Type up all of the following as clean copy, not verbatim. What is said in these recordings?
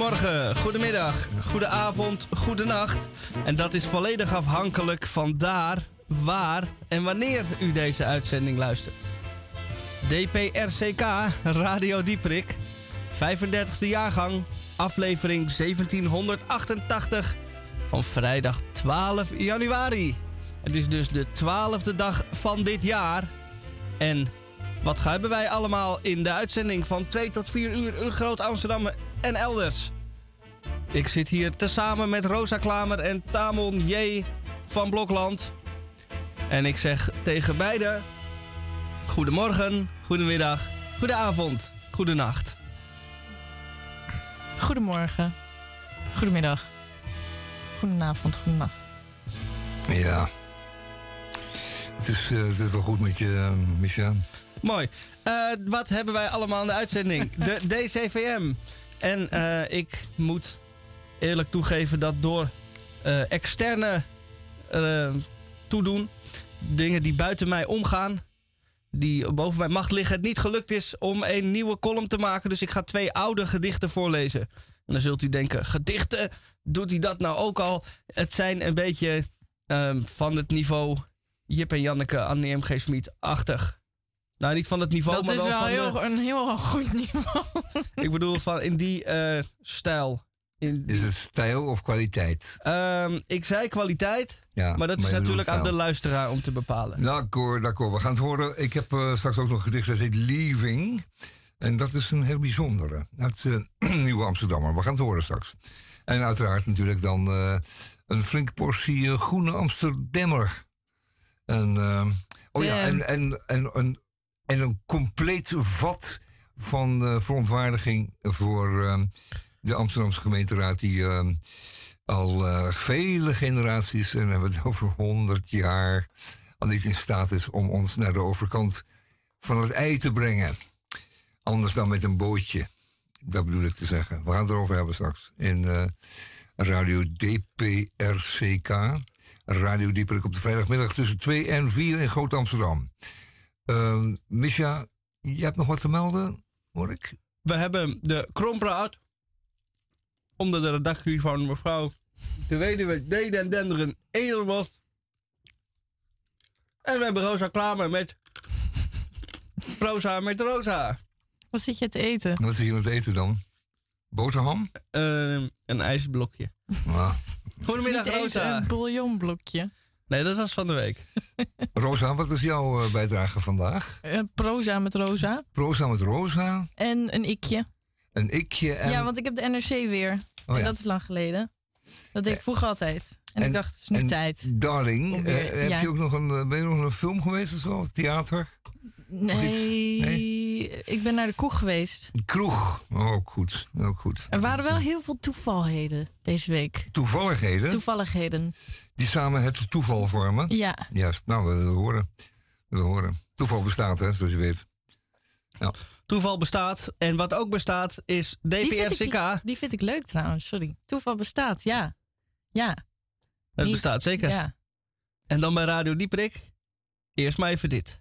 Goedemorgen, goedemiddag, goedenavond, goedenacht. En dat is volledig afhankelijk van daar, waar en wanneer u deze uitzending luistert. DPRCK, Radio Dieprik, 35e jaargang, aflevering 1788 van vrijdag 12 januari. Het is dus de 12e dag van dit jaar. En wat hebben wij allemaal in de uitzending van 2 tot 4 uur in Groot Amsterdam en elders? Ik zit hier tezamen met Rosa Klamer en Tamon J. van Blokland. En ik zeg tegen beiden: goedemorgen, goedemiddag, goedenavond, goedenacht. Goedemorgen, goedemiddag, goedenavond, goedenacht. Ja, het is wel goed met je, Micha. Mooi. Wat hebben wij allemaal in de uitzending? De DCVM. En ik moet eerlijk toegeven dat door externe toedoen, dingen die buiten mij omgaan, die boven mijn macht liggen, het niet gelukt is om een nieuwe column te maken. Dus ik ga 2 oude gedichten voorlezen. En dan zult u denken, gedichten? Doet hij dat nou ook al? Het zijn een beetje van het niveau Jip en Janneke, Annie M.G. Schmid-achtig. Nou, niet van het niveau, dat maar wel van een heel goed niveau. Ik bedoel, van in die stijl. Is het stijl of kwaliteit? Ik zei kwaliteit, ja, maar dat is natuurlijk aan de luisteraar om te bepalen. D'accord. We gaan het horen. Ik heb straks ook nog een gedicht dat heet Leaving. En dat is een heel bijzondere. Uit Nieuwe Amsterdammer. We gaan het horen straks. En uiteraard natuurlijk dan een flinke portie Groene Amsterdammer. En een compleet vat van verontwaardiging voor de Amsterdamse gemeenteraad, die al vele generaties, en we hebben het over 100 jaar, al niet in staat is om ons naar de overkant van het ei te brengen. Anders dan met een bootje. Dat bedoel ik te zeggen. We gaan het erover hebben straks in Radio DPRCK. Radio Dieprik op de vrijdagmiddag tussen 2 en 4 in Groot Amsterdam. Misha, je hebt nog wat te melden, hoor ik? We hebben de Krompraat onder de redactie van mevrouw de weduwe Deden Denderen Edelbos. En we hebben Rosa Klamer met Proza met Rosa. Wat zit je te eten? Wat zit je aan het eten dan? Boterham? Een ijsblokje. Ah. Goedemiddag, Rosa. Een bouillonblokje. Nee, dat was van de week. Rosa, wat is jouw bijdrage vandaag? Proza met Rosa. Proza met Rosa. En een ikje. Een ikje en... Ja, want ik heb de NRC weer. Oh, en ja. dat is lang geleden. Dat deed ik vroeger altijd. En ik dacht, het is nu tijd. Darling, heb je ook nog ben je nog een film geweest of zo? Theater? Nee, ik ben naar de kroeg geweest. Kroeg, ook goed. Er waren wel heel veel toevalheden deze week. Toevalligheden? Toevalligheden. Die samen het toeval vormen? Ja. Juist, nou, we willen horen. Toeval bestaat, hè, zoals je weet. Ja. Toeval bestaat. En wat ook bestaat is DPRCK. Die vind ik leuk trouwens, sorry. Toeval bestaat, ja. Het bestaat zeker. Ja. En dan bij Radio Dieprik. Eerst maar even dit.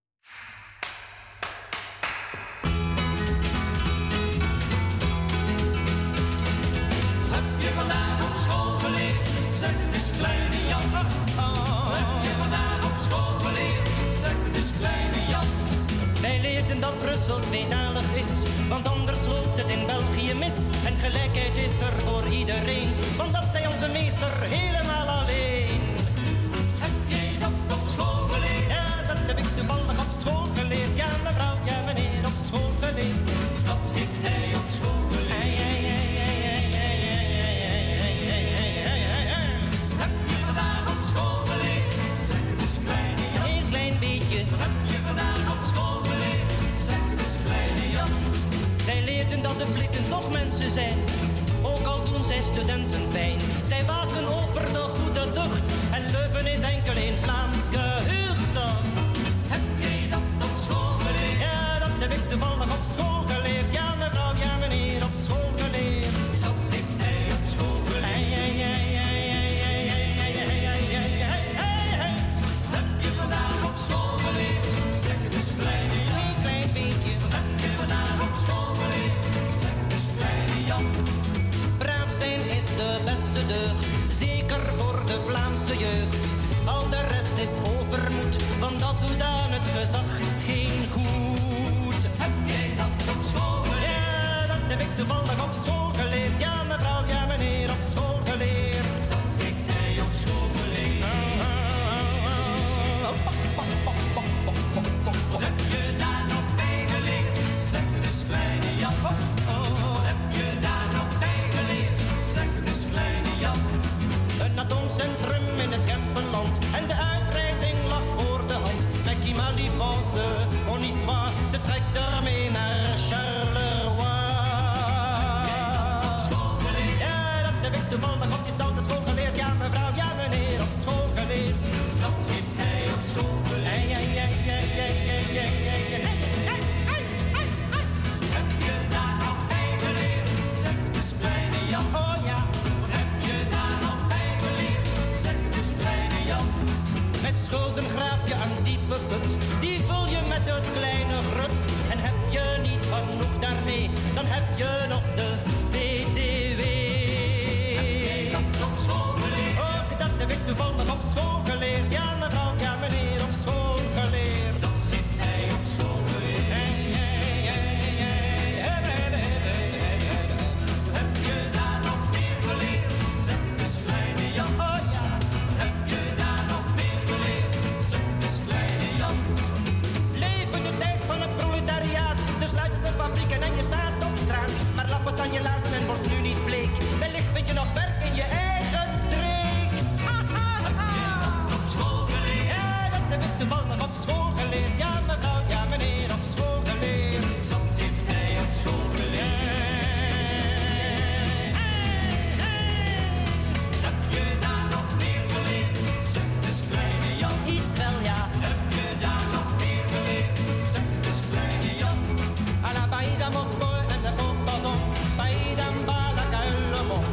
Dat Brussel tweetalig is, want anders loopt het in België mis. En gelijkheid is er voor iedereen, want dat zei onze meester helemaal alleen. Heb jij dat op school geleerd? Ja, dat heb ik toevallig op school geleerd. Ja, mevrouw, ja meneer, op school geleerd. Dat heeft hij op school geleerd. Heb je vandaag op school geleerd? Zeg het eens kleine Jan. Een heel klein beetje. Heb je vandaag op school geleerd? Wij leerden dat de flikken toch mensen zijn, ook al doen zij studenten pijn. Zij waken over de goede tucht en Leuven is enkel een Vlaams gehucht. Heb jij dat op school geleerd? Ja, dat heb ik toevallig op school geleerd. Ja, mevrouw, ja meneer, op school geleerd. Dat heeft hij op school geleerd. Heb je vandaag op school geleerd? Zeg het eens kleine Jan. Een klein beetje. Heb je vandaag op school geleerd? Zeg het eens kleine Jan. is overmoed, want dat doet aan het gezag geen goed. Heb jij dat op school geleerd? Ja, dat heb ik toevallig op school geleerd. Ja, mevrouw, ja, meneer, op school geleerd. Dat heeft hij op school geleerd. Heb je daar nog bij geleerd? Zeg dus, kleine Jan. Heb je daar nog bij geleerd? Zeg dus, kleine Jan. Een atoomcentrum in het Kempenland en de uitbreiding lag voor de hand. Mackie Mali pense, on y soit, ze trekt ermee naar Charleroi. Ja, dat heb ik toevallig op die stoute school geleerd. Ja, mevrouw, ja, meneer, op school geleerd. Dat heeft hij op school geleerd. Heb je daar nog bij geleerd? Zeg dus, kleine Jan. Oh ja. Heb je daar nog bij geleerd? Zeg dus, kleine Jan. Met schulden graaf je een diepe put. Die vul je met het kleine grut. En heb je niet genoeg daarmee, dan heb je nog de BTW. Heb jij dat op school geleerd? Ook dat heb ik toevallig op school geleerd. Ja, mevrouw, ja, meneer, op school geleerd. Dat heeft hij op school geleerd. Heb je daar nog meer geleerd? Zeg dus, kleine Jan. Oh ja. Heb je daar nog meer geleerd? Zeg dus, kleine Jan. Leven de tijd van het proletariaat. Ze sluiten de fabrieken en je staat op straat. Maar lap het aan je lazen en wordt nu niet bleek. Wellicht vind je nog werk in je eigen streek. Heb je dat op school geleerd? Ja, dat heb ik toevallig op school geleerd. Ja, mevrouw, ja, meneer, op school geleerd. Dat heeft hij op school geleerd. Heb je daar nog meer geleerd? Zeg dus, kleine Jan. Iets wel, ja. Heb je daar nog meer geleerd? Zeg dus, kleine Jan. À la baïda mokko en de pardon. Baïda balaka ullemon.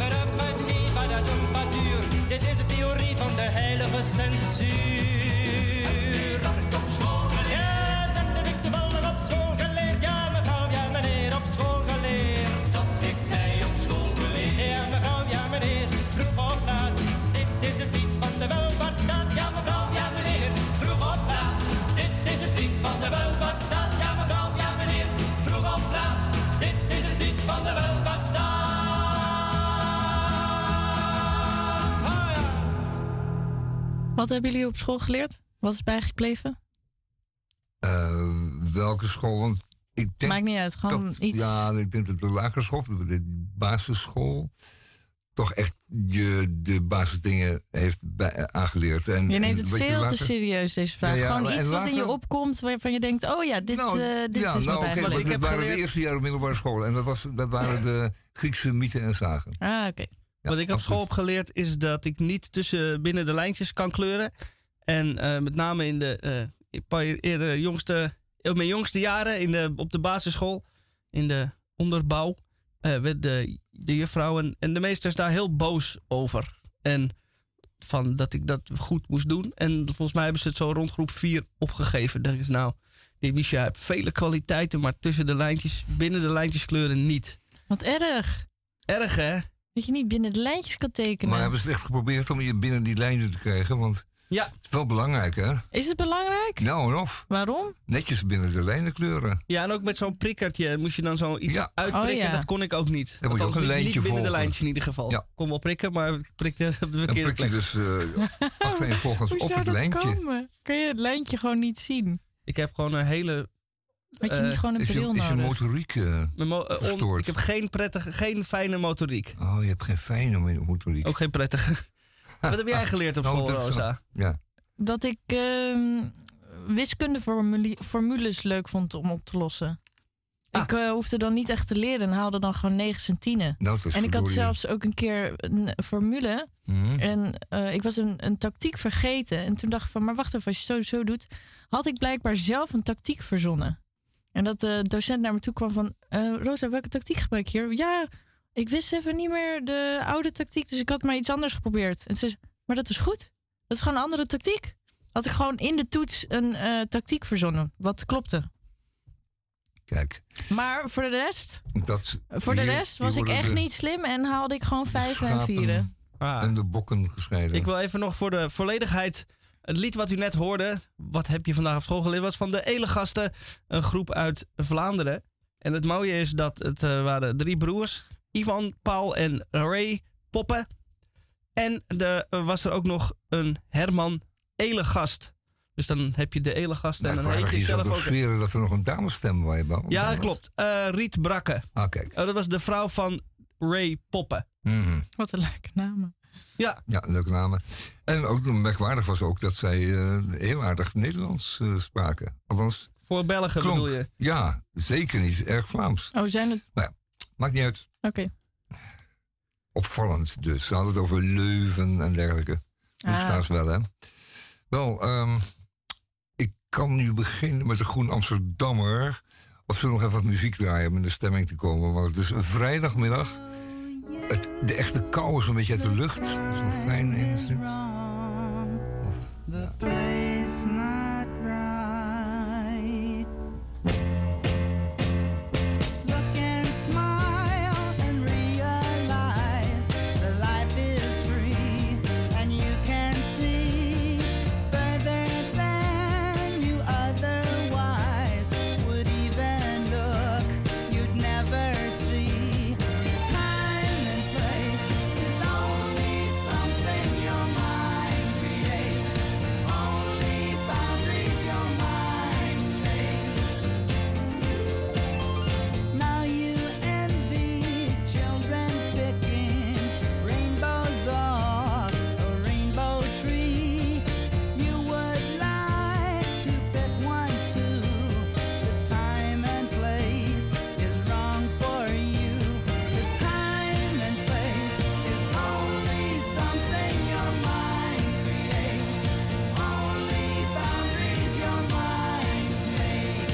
Dit is de theorie van de heilige censuur. Dat ik op school geleerd? Ja, dat heb ik toevallig op school geleerd. Ja, mevrouw, ja, meneer, op school geleerd. Dat heeft hij op school geleerd. Ja, mevrouw, ja, meneer, vroeg of laat. Dit is het lied van de welvaartsstaat. Ja, mevrouw, ja, meneer, vroeg of laat. Dit is het lied van de welvaartsstaat. Ja, mevrouw, ja, meneer, vroeg of laat. Dit is het lied van de welvaartsstaat. Wat hebben jullie op school geleerd? Wat is bijgebleven? Welke school? Want ik denk Maakt niet uit, gewoon dat, iets. ja, ik denk dat de lagere school, de basisschool, toch echt de basisdingen heeft aangeleerd. En, Je neemt het wat veel later, te serieus, deze vraag. Ja, gewoon en iets wat in je later, opkomt waarvan je denkt, oh ja, dit is oké, wat bijgebleven. maar Ik dat heb waren geleerd- de eerste jaren middelbare school. En dat waren de Griekse mythen en zagen. Ah, oké. Ja, Wat ik op school absoluut. heb geleerd is dat ik niet binnen de lijntjes kan kleuren. En met name in mijn jongste jaren op de basisschool, in de onderbouw, werd de juffrouw en de meesters daar heel boos over. En van dat ik dat goed moest doen. En volgens mij hebben ze het zo rond groep 4 opgegeven. Dat is nou, die Misha heeft vele kwaliteiten, maar binnen de lijntjes kleuren niet. Wat erg. Erg, hè? Dat je niet binnen de lijntjes kan tekenen. Maar hebben ze het echt geprobeerd om je binnen die lijnen te krijgen? Want Ja. het is wel belangrijk, hè? Is het belangrijk? Nou en of. Waarom? Netjes binnen de lijnen kleuren. Ja, en ook met zo'n prikkertje moest je dan zo iets uitprikken. Oh, ja. Dat kon ik ook niet. Dan moet je ook een Althans, lijntje niet binnen de volgen. lijntjes in ieder geval. Ja. Ik kon wel prikken, maar ik prikte op de Dan verkeerde prik je plek. dus achtereenvolgens Hoe op zou het dat lijntje. komen? Kun je het lijntje gewoon niet zien? Ik heb gewoon een hele... Had je niet gewoon een Is bril je nodig? motoriek verstoord? Ik heb geen fijne motoriek. Oh, je hebt geen fijne motoriek. Ook geen prettige. Wat heb jij geleerd op Nou, school, dat is Rosa? Ja. Dat ik wiskundeformules leuk vond om op te lossen. Ik hoefde dan niet echt te leren en haalde dan gewoon 9's en 10'en. Nou, dat is En ik had verdorie. zelfs ook een keer een formule. Mhm. En ik was een tactiek vergeten. En toen dacht ik van, maar wacht even, als je zo doet... had ik blijkbaar zelf een tactiek verzonnen. En dat de docent naar me toe kwam van... Rosa, welke tactiek gebruik je hier? Ja, ik wist even niet meer de oude tactiek... dus ik had maar iets anders geprobeerd. En ze zei, maar dat is goed. Dat is gewoon een andere tactiek. Had ik gewoon in de toets een tactiek verzonnen. Wat klopte. Kijk. Maar voor de rest was ik worden echt de niet slim... en haalde ik gewoon 5 en schapen 4. en de bokken gescheiden. Ik wil even nog voor de volledigheid Het lied wat u net hoorde, wat heb je vandaag op school geleerd, was van de Eelegasten, een groep uit Vlaanderen. En het mooie is dat het waren 3 broers, Ivan, Paul en Ray Poppen. En was er ook nog een Herman Elegast. Dus dan heb je de Elegast en dan heet je zelf ook... Sferen dat er nog een damesstem bij was. Ja, klopt. Riet Brakke. Ah, kijk. Dat was de vrouw van Ray Poppen. Mm-hmm. Wat een leuke namen. Ja. Ja, leuke namen. En ook merkwaardig was ook dat zij heel aardig Nederlands spraken. Althans... Voor Belgen bedoel je? Ja, zeker niet. Erg Vlaams. Oh, zijn het... Nou ja, maakt niet uit. Oké. Opvallend dus. Ze hadden het over Leuven en dergelijke. Dat staat wel, hè? Wel, ik kan nu beginnen met de Groen Amsterdammer. Of zullen we nog even wat muziek draaien om in de stemming te komen? Want het is een vrijdagmiddag. De echte kou is een beetje uit de lucht. Dat is wel fijn enigszins. The place not right. Look and smile and realize the life is free and you can see further than you otherwise would even look. You'd never see. Time and place is only something your mind creates. Only boundaries your mind makes. Now you envy children picking rainbows off a rainbow tree. You would like to pick one too. The time and place is wrong for you. The time and place is only something your mind creates. Only boundaries your mind makes.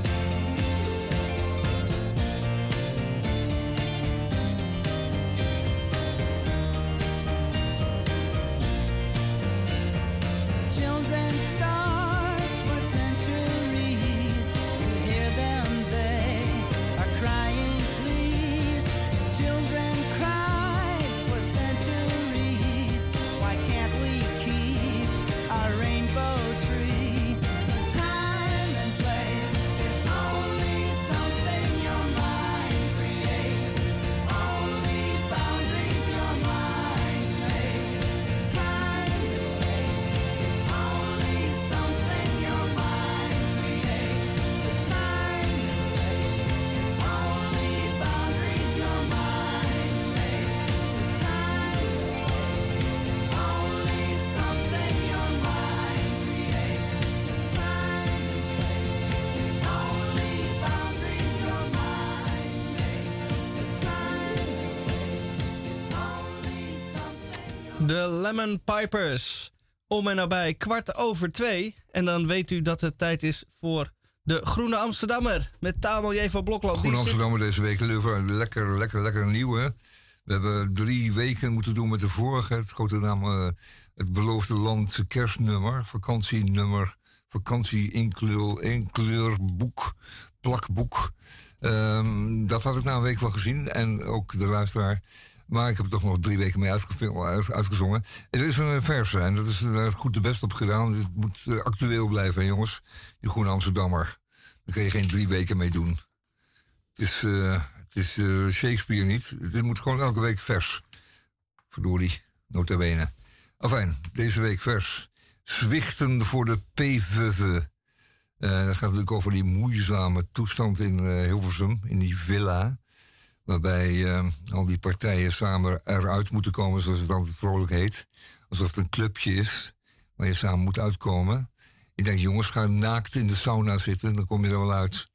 Children starve for centuries. You hear them, they are crying, please. Children cry for centuries. Why can't we keep our rainbow tree? The time and place is only something your mind creates. Only boundaries your mind makes. Time and place is only something your mind creates. The time and place is only boundaries your mind makes. The time and place is only something your mind creates. The time and place is only boundaries your mind makes. The time and place is only something. De Lemon Pipers. Om en nabij 2:15. En dan weet u dat het tijd is voor de Groene Amsterdammer. Met Tamel J. van Blokland. Groen Amsterdammer deze week. Lekker nieuw, hè? We hebben 3 weken moeten doen met de vorige. Het grote naam, het Beloofde Land kerstnummer. Vakantienummer. Vakantie-inkleurboek. Plakboek. Dat had ik na een week wel gezien. En ook de luisteraar. Maar ik heb er toch nog 3 weken mee uitgezongen. Er is een verse en dat is goed de best op gedaan. Het moet actueel blijven, hè, jongens. Die Groene Amsterdammer. Daar kun je geen 3 weken mee doen. Het is Shakespeare niet. Het moet gewoon elke week vers. Verdorie, nota bene. Afijn, deze week vers. Zwichten voor de PVV. Dat gaat natuurlijk over die moeizame toestand in Hilversum, in die villa. Waarbij al die partijen samen eruit moeten komen, zoals het dan vrolijk heet. Alsof het een clubje is waar je samen moet uitkomen. Ik denk, jongens, ga naakt in de sauna zitten, dan kom je er wel uit.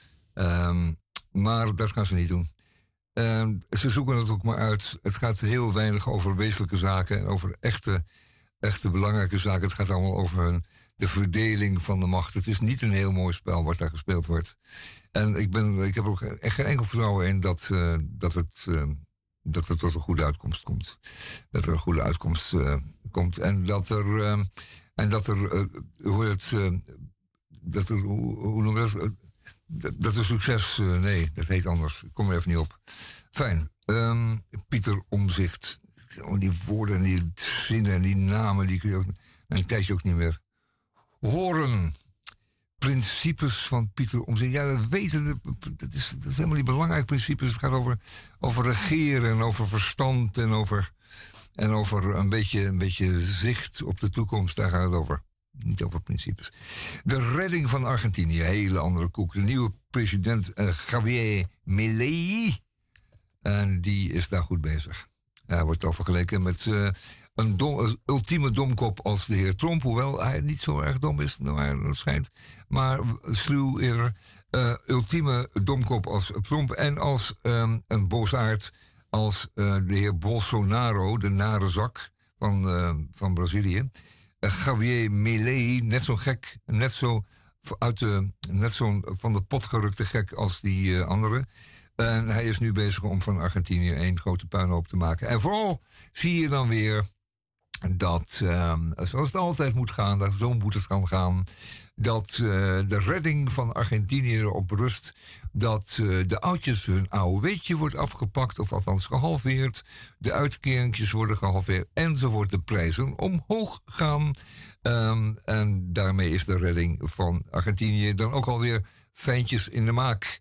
Maar dat gaan ze niet doen. Ze zoeken het ook maar uit. Het gaat heel weinig over wezenlijke zaken en over echte belangrijke zaken. Het gaat allemaal over de verdeling van de macht. Het is niet een heel mooi spel wat daar gespeeld wordt. En ik heb ook echt geen enkel vertrouwen in dat het tot een goede uitkomst komt. Dat er een goede uitkomst komt. En dat er hoe noem je dat? Dat is succes. Nee, dat heet anders. Ik kom er even niet op. Fijn. Pieter Omtzigt. Die woorden en die zinnen en die namen, die kun je ook een tijdje ook niet meer horen. Principes van Pieter Omtzigt. Ja, dat weten dat is helemaal niet belangrijk, principes. Het gaat over regeren en over verstand en over een beetje zicht op de toekomst. Daar gaat het over. Niet over principes. De redding van Argentinië, hele andere koek. De nieuwe president Javier Milei. En die is daar goed bezig. Hij wordt al vergeleken met een ultieme domkop als de heer Trump. Hoewel hij niet zo erg dom is, naar het schijnt. Maar sluw eerder. Ultieme domkop als Trump. En als een boosaard als de heer Bolsonaro, de nare zak van Brazilië. Javier Milei, net zo gek, net zo van de pot gerukte gek als die andere. En hij is nu bezig om van Argentinië één grote puinhoop te maken. En vooral zie je dan weer dat, zoals het altijd moet gaan, dat zo moet het kan gaan, dat de redding van Argentinië erop rust dat de oudjes hun AOW'tje wordt afgepakt, of althans gehalveerd. De uitkeringjes worden gehalveerd enzovoort. De prijzen omhoog gaan. En daarmee is de redding van Argentinië dan ook alweer fijntjes in de maak.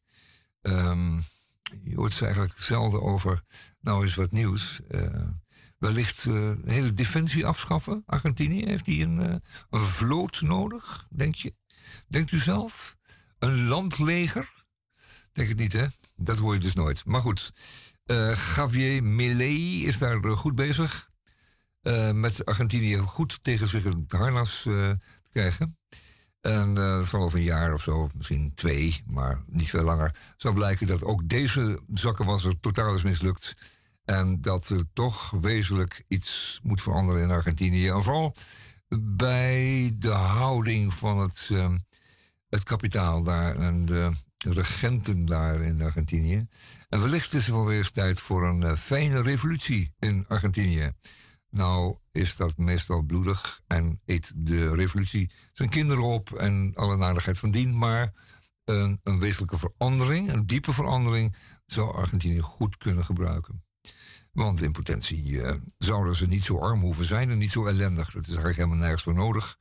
Je hoort ze eigenlijk zelden over. Nou is wat nieuws. Wellicht de hele defensie afschaffen. Argentinië, heeft die een vloot nodig, denk je? Denkt u zelf? Een landleger? Denk het niet, hè? Dat hoor je dus nooit. Maar goed, Javier Milei is daar goed bezig. Met Argentinië goed tegen zich het harnas te krijgen. En dat zal over een jaar of zo, misschien 2, maar niet veel langer, zal blijken dat ook deze zakkenwasser totaal is mislukt. En dat er toch wezenlijk iets moet veranderen in Argentinië. En vooral bij de houding van het kapitaal daar en de regenten daar in Argentinië. En wellicht is er wel weer eens tijd voor een fijne revolutie in Argentinië. Nou is dat meestal bloedig en eet de revolutie zijn kinderen op en alle nadigheid van dien. Maar een wezenlijke verandering, een diepe verandering, zou Argentinië goed kunnen gebruiken. Want in potentie zouden ze niet zo arm hoeven zijn en niet zo ellendig. Dat is eigenlijk helemaal nergens voor nodig.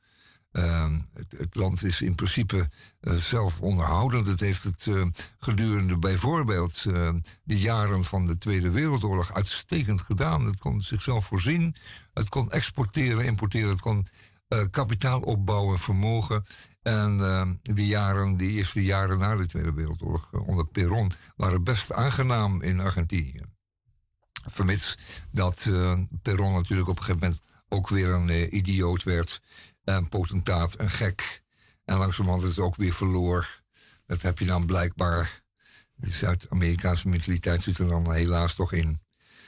Het land is in principe zelf onderhoudend. Het heeft het gedurende bijvoorbeeld de jaren van de Tweede Wereldoorlog uitstekend gedaan. Het kon zichzelf voorzien. Het kon exporteren, importeren. Het kon kapitaal opbouwen, vermogen. En de eerste jaren na de Tweede Wereldoorlog onder Perón waren best aangenaam in Argentinië. Vermits dat Perón natuurlijk op een gegeven moment ook weer een idioot werd. Een potentaat, een gek. En langzamerhand is het ook weer verloor. Dat heb je dan blijkbaar. De Zuid-Amerikaanse mentaliteit zit er dan helaas toch in.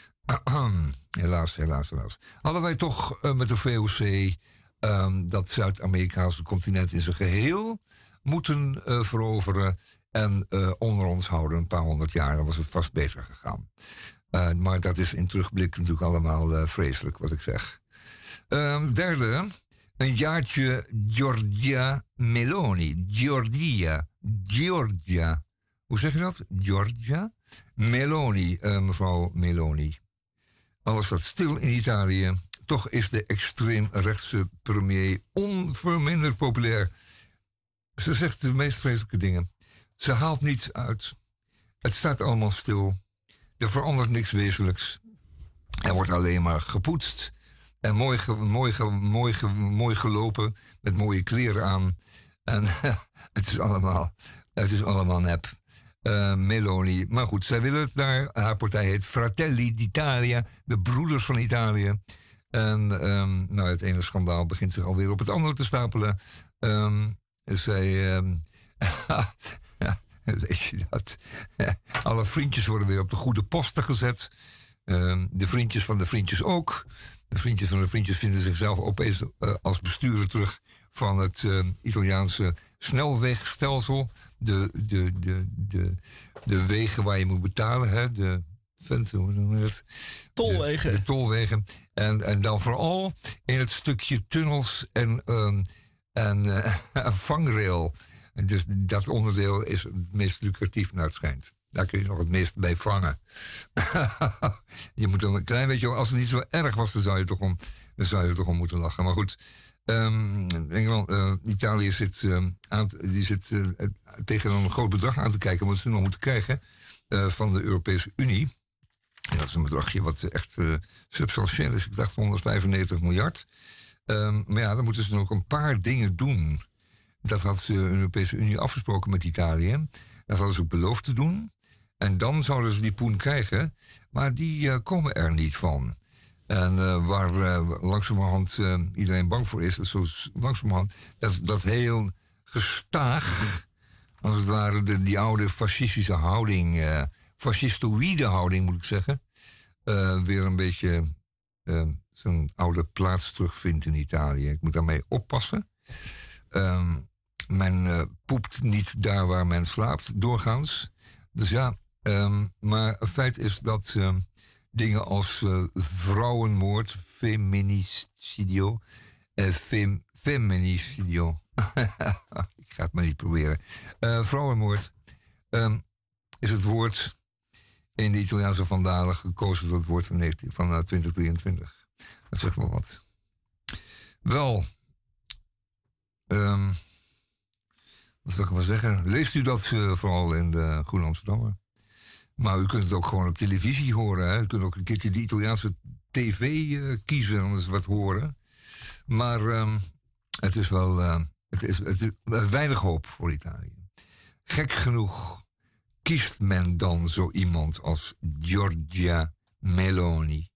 Helaas. Hadden wij toch met de VOC dat Zuid-Amerikaanse continent in zijn geheel moeten veroveren en onder ons houden een paar 100 jaar, dan was het vast beter gegaan. Maar dat is in terugblik natuurlijk allemaal vreselijk wat ik zeg. Derde, een jaartje Giorgia Meloni. Giorgia. Hoe zeg je dat? Giorgia Meloni, mevrouw Meloni. Alles staat stil in Italië. Toch is de extreemrechtse premier onverminderd populair. Ze zegt de meest vreselijke dingen. Ze haalt niets uit. Het staat allemaal stil. Er verandert niks wezenlijks. Er wordt alleen maar gepoetst. En mooi gelopen. Met mooie kleren aan. En het is allemaal nep. Meloni. Maar goed, zij willen het daar. Haar partij heet Fratelli d'Italia. De Broeders van Italië. En het ene schandaal begint zich alweer op het andere te stapelen. Weet je dat? Alle vriendjes worden weer op de goede posten gezet. De vriendjes van de vriendjes ook. De vriendjes van de vriendjes vinden zichzelf opeens als bestuurder terug van het Italiaanse snelwegstelsel. De wegen waar je moet betalen. Hè? De tolwegen. De tolwegen. En dan vooral in het stukje tunnels en vangrail. Dus dat onderdeel is het meest lucratief naar het schijnt. Daar kun je nog het meest bij vangen. Je moet dan een klein beetje, als het niet zo erg was, dan zou je toch om moeten lachen. Maar goed, Italië zit, tegen een groot bedrag aan te kijken wat ze nog moeten krijgen van de Europese Unie. En dat is een bedragje wat echt substantieel is. Ik dacht 195 miljard. Maar ja, dan moeten ze nog een paar dingen doen. Dat had de Europese Unie afgesproken met Italië. Dat hadden ze ook beloofd te doen. En dan zouden ze die poen krijgen. Maar die komen er niet van. En waar langzamerhand iedereen bang voor is, dat zo langzamerhand dat heel gestaag, als het ware, die oude fascistische houding, fascistoïde houding moet ik zeggen, weer een beetje zijn oude plaats terugvindt in Italië. Ik moet daarmee oppassen. Men poept niet daar waar men slaapt, doorgaans. Dus ja, maar het feit is dat dingen als vrouwenmoord, feminicidio, feminicidio. Ik ga het maar niet proberen. Vrouwenmoord is het woord in de Italiaanse vandalen gekozen tot het woord van 2023. Dat zegt wel wat. Wel, wat zal ik maar zeggen? Leest u dat vooral in de Groene Amsterdammer? Maar u kunt het ook gewoon op televisie horen. Hè? U kunt ook een keertje de Italiaanse tv kiezen om eens wat horen. Maar het is wel het is weinig hoop voor Italië. Gek genoeg kiest men dan zo iemand als Giorgia Meloni.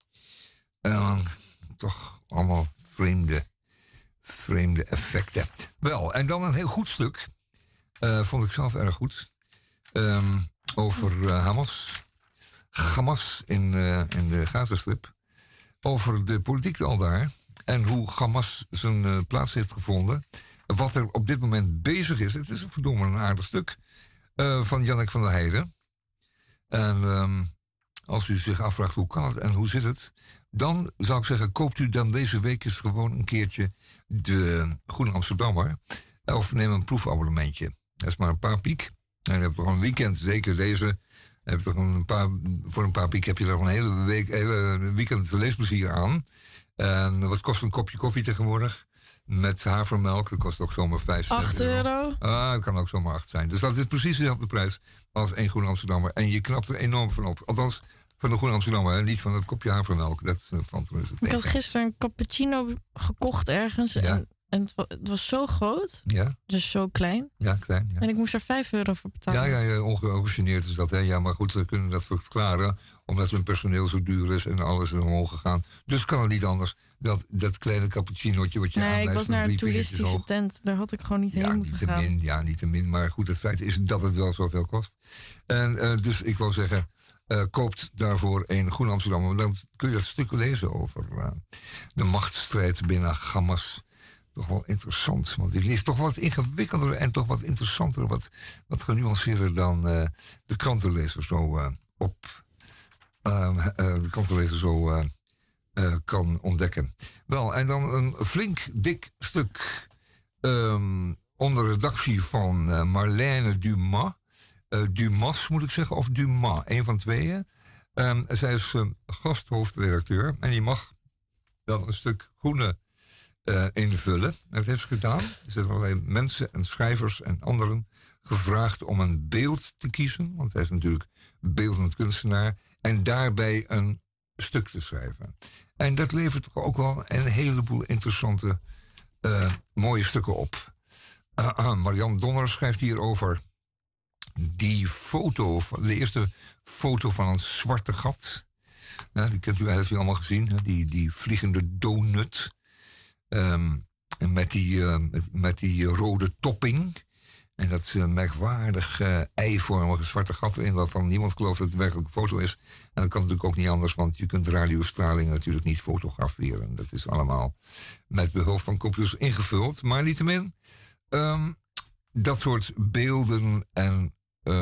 Toch allemaal vreemde effecten. Wel, en dan een heel goed stuk. Vond ik zelf erg goed. Over Hamas in de Gazastrip. Over de politiek al daar. En hoe Hamas zijn plaats heeft gevonden. Wat er op dit moment bezig is. Het is een aardig stuk. Van Jannik van der Heijden. En als u zich afvraagt hoe kan het en hoe zit het. Dan zou ik zeggen, koopt u dan deze week eens gewoon een keertje de Groene Amsterdammer. Of neem een proefabonnementje. Dat is maar een paar piek. En dan heb je toch een weekend, zeker deze. Heb je toch voor een paar piek heb je er een hele weekend leesplezier aan. En wat kost een kopje koffie tegenwoordig? Met havermelk, dat kost ook zomaar 5 cent. 8 euro? Dat kan ook zomaar 8 zijn. Dus dat is precies dezelfde prijs als één Groene Amsterdammer. En je knapt er enorm van op. Althans, van de Groene Amsterdammer, hè? Niet van het kopje havermelk. Dat valt er dus Ik had gisteren een cappuccino gekocht ergens. Ja. En het was zo groot. Ja. Dus zo klein. Ja, klein. Ja. En ik moest er 5 euro voor betalen. Ja, ongegeneerd is dat. Hè? Ja, maar goed, ze kunnen dat verklaren. Omdat hun personeel zo duur is en alles is omhoog gegaan. Dus kan het niet anders. Dat kleine cappuccinootje wat je Nee, ik was naar een toeristische toeristische tent. Daar had ik gewoon niet heen moeten gaan. Niet te min. Maar goed, het feit is dat het wel zoveel kost. En dus ik wil zeggen, koopt daarvoor een Groene Amsterdammer. Dan kun je dat stuk lezen over de machtsstrijd binnen Hamas. Toch wel interessant, want die ligt toch wat ingewikkelder en toch wat interessanter, wat genuanceerder dan de krantenlezer zo kan ontdekken. Wel, en dan een flink dik stuk onder redactie van Marlène Dumas. Dumas moet ik zeggen, of Dumas, een van tweeën. Zij is gasthoofdredacteur en die mag dan een stuk groene invullen. En dat heeft ze gedaan. Er zijn allerlei mensen en schrijvers en anderen gevraagd om een beeld te kiezen. Want hij is natuurlijk beeldend kunstenaar. En daarbij een stuk te schrijven. En dat levert toch ook wel een heleboel interessante, mooie stukken op. Marianne Donner schrijft hier over die foto, de eerste foto van een zwarte gat. Die kent u eigenlijk allemaal gezien. Die vliegende donut. Met die rode topping. En dat merkwaardig eivormige zwarte gat erin, waarvan niemand gelooft dat het werkelijk een foto is. En dat kan natuurlijk ook niet anders, want je kunt radiostraling natuurlijk niet fotograferen. Dat is allemaal met behulp van computers ingevuld. Maar niettemin, dat soort beelden en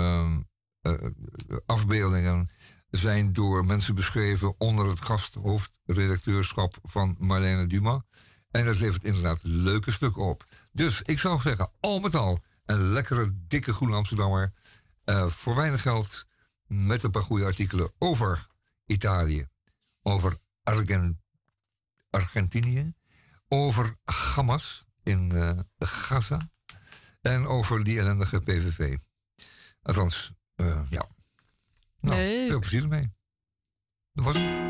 afbeeldingen zijn door mensen beschreven onder het gasthoofdredacteurschap van Marlène Dumas. En dat levert inderdaad leuke stukken op. Dus ik zou zeggen, al met al, een lekkere, dikke Groene Amsterdammer. Voor weinig geld, met een paar goede artikelen over Italië. Over Argentinië. over Hamas in Gaza. En over die ellendige PVV. Althans, ja. Nou, Leuk. veel plezier ermee. Dat was het.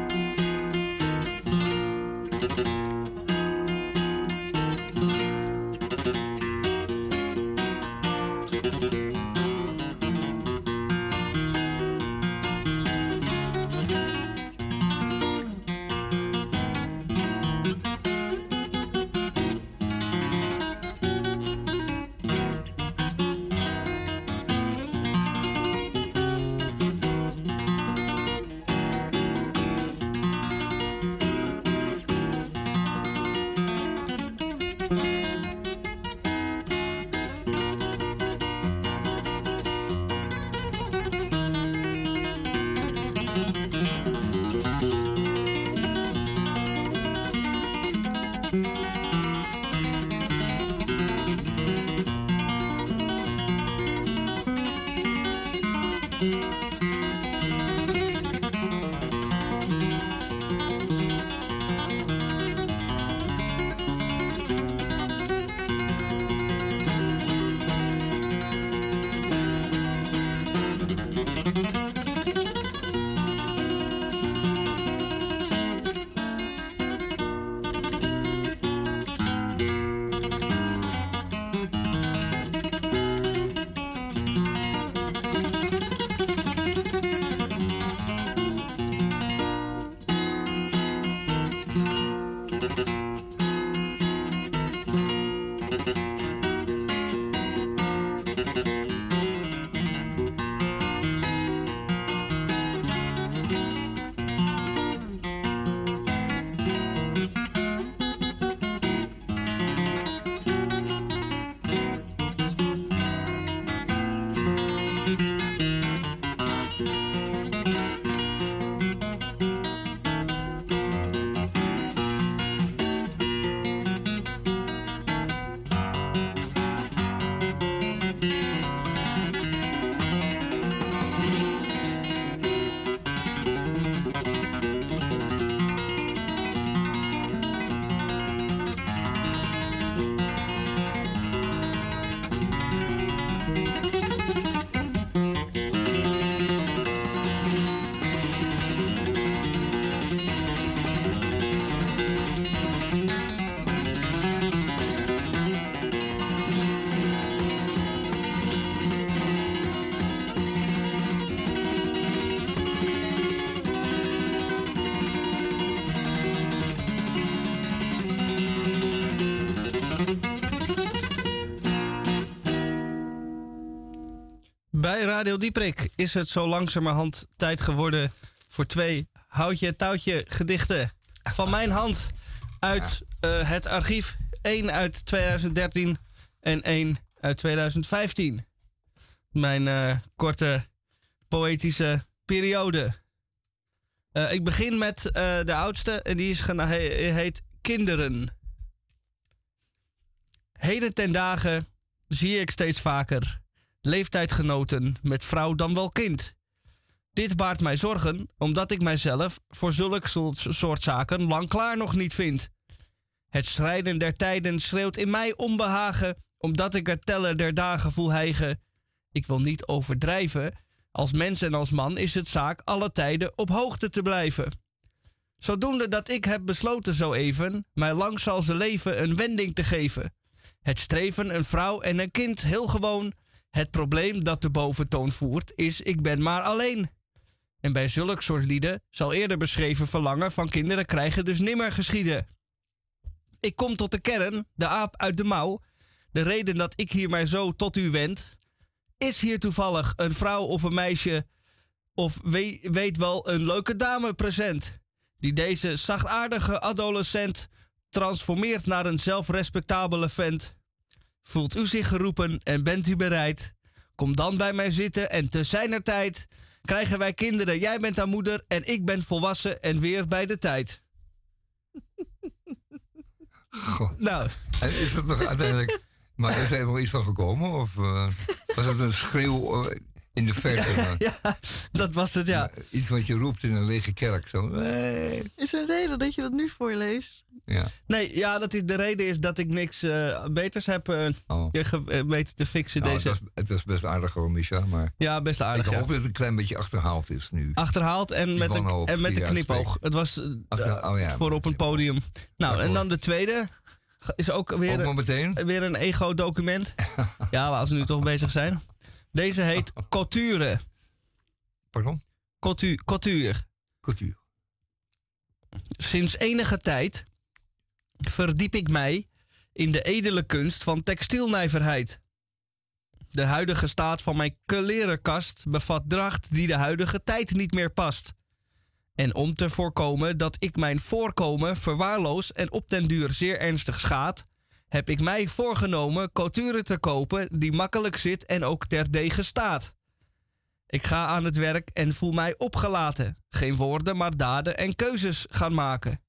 Bij Radio Dieprik is het zo langzamerhand tijd geworden voor 2 houtje het touwtje gedichten van mijn hand uit het archief. 1 uit 2013 en 1 uit 2015. Mijn korte poëtische periode. Ik begin met de oudste en die heet Kinderen. Heden ten dagen zie ik steeds vaker leeftijdgenoten met vrouw dan wel kind. Dit baart mij zorgen, omdat ik mijzelf voor zulk soort zaken lang klaar nog niet vind. Het schrijden der tijden schreeuwt in mij onbehagen, omdat ik het tellen der dagen voel hijgen. Ik wil niet overdrijven, als mens en als man is het zaak alle tijden op hoogte te blijven. Zodoende dat ik heb besloten zo even, mij lang zal ze leven een wending te geven. Het streven een vrouw en een kind heel gewoon. Het probleem dat de boventoon voert is ik ben maar alleen. En bij zulk soort lieden zal eerder beschreven verlangen van kinderen krijgen dus nimmer geschieden. Ik kom tot de kern, de aap uit de mouw. De reden dat ik hier mij zo tot u wend. Is hier toevallig een vrouw of een meisje of weet wel een leuke dame present, die deze zachtaardige adolescent transformeert naar een zelfrespectabele vent. Voelt u zich geroepen en bent u bereid? Kom dan bij mij zitten en te zijner tijd krijgen wij kinderen. Jij bent aan moeder en ik ben volwassen en weer bij de tijd. God. Nou. En is dat nog uiteindelijk... Maar is er nog iets van gekomen? Of was het een schreeuw In de verte. Ja, dat was het, ja. Iets wat je roept in een lege kerk. Zo. Is er een reden dat je dat nu voorleest? Ja. Nee, ja, de reden is dat ik niks beters heb weten te fixen. Nou, deze. het was best aardig hoor, Misha. Maar Ja, best aardig. ik hoop Ja. dat het een klein beetje achterhaald is nu. Achterhaald en met wanhoop een die knipoog. uitspreekt. Het was voor op een podium. Nou, en dan de tweede is ook Ook maar meteen. weer een ego-document. Ja, als we nu toch bezig zijn. Deze heet Couture. Pardon? Couture. Couture. Sinds enige tijd verdiep ik mij in de edele kunst van textielnijverheid. De huidige staat van mijn klerenkast bevat dracht die de huidige tijd niet meer past. En om te voorkomen dat ik mijn voorkomen verwaarloos en op den duur zeer ernstig schaadt, heb ik mij voorgenomen couture te kopen die makkelijk zit en ook terdege staat. Ik ga aan het werk en voel mij opgelaten. Geen woorden, maar daden en keuzes gaan maken.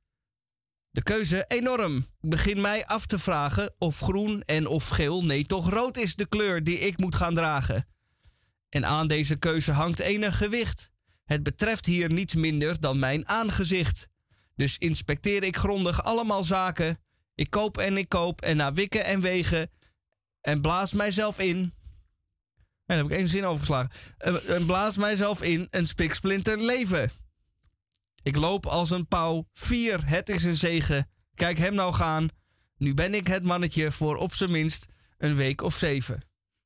De keuze enorm. Ik begin mij af te vragen of groen en of geel, nee toch rood is de kleur die ik moet gaan dragen. En aan deze keuze hangt enig gewicht. Het betreft hier niets minder dan mijn aangezicht. Dus inspecteer ik grondig allemaal zaken. Ik koop en na wikken en wegen en blaas mijzelf in. En daar heb ik één zin overgeslagen. En blaas mijzelf in een spiksplinter leven. Ik loop als een pauw. 4, het is een zegen. Kijk hem nou gaan. Nu ben ik het mannetje voor op zijn minst een week of 7.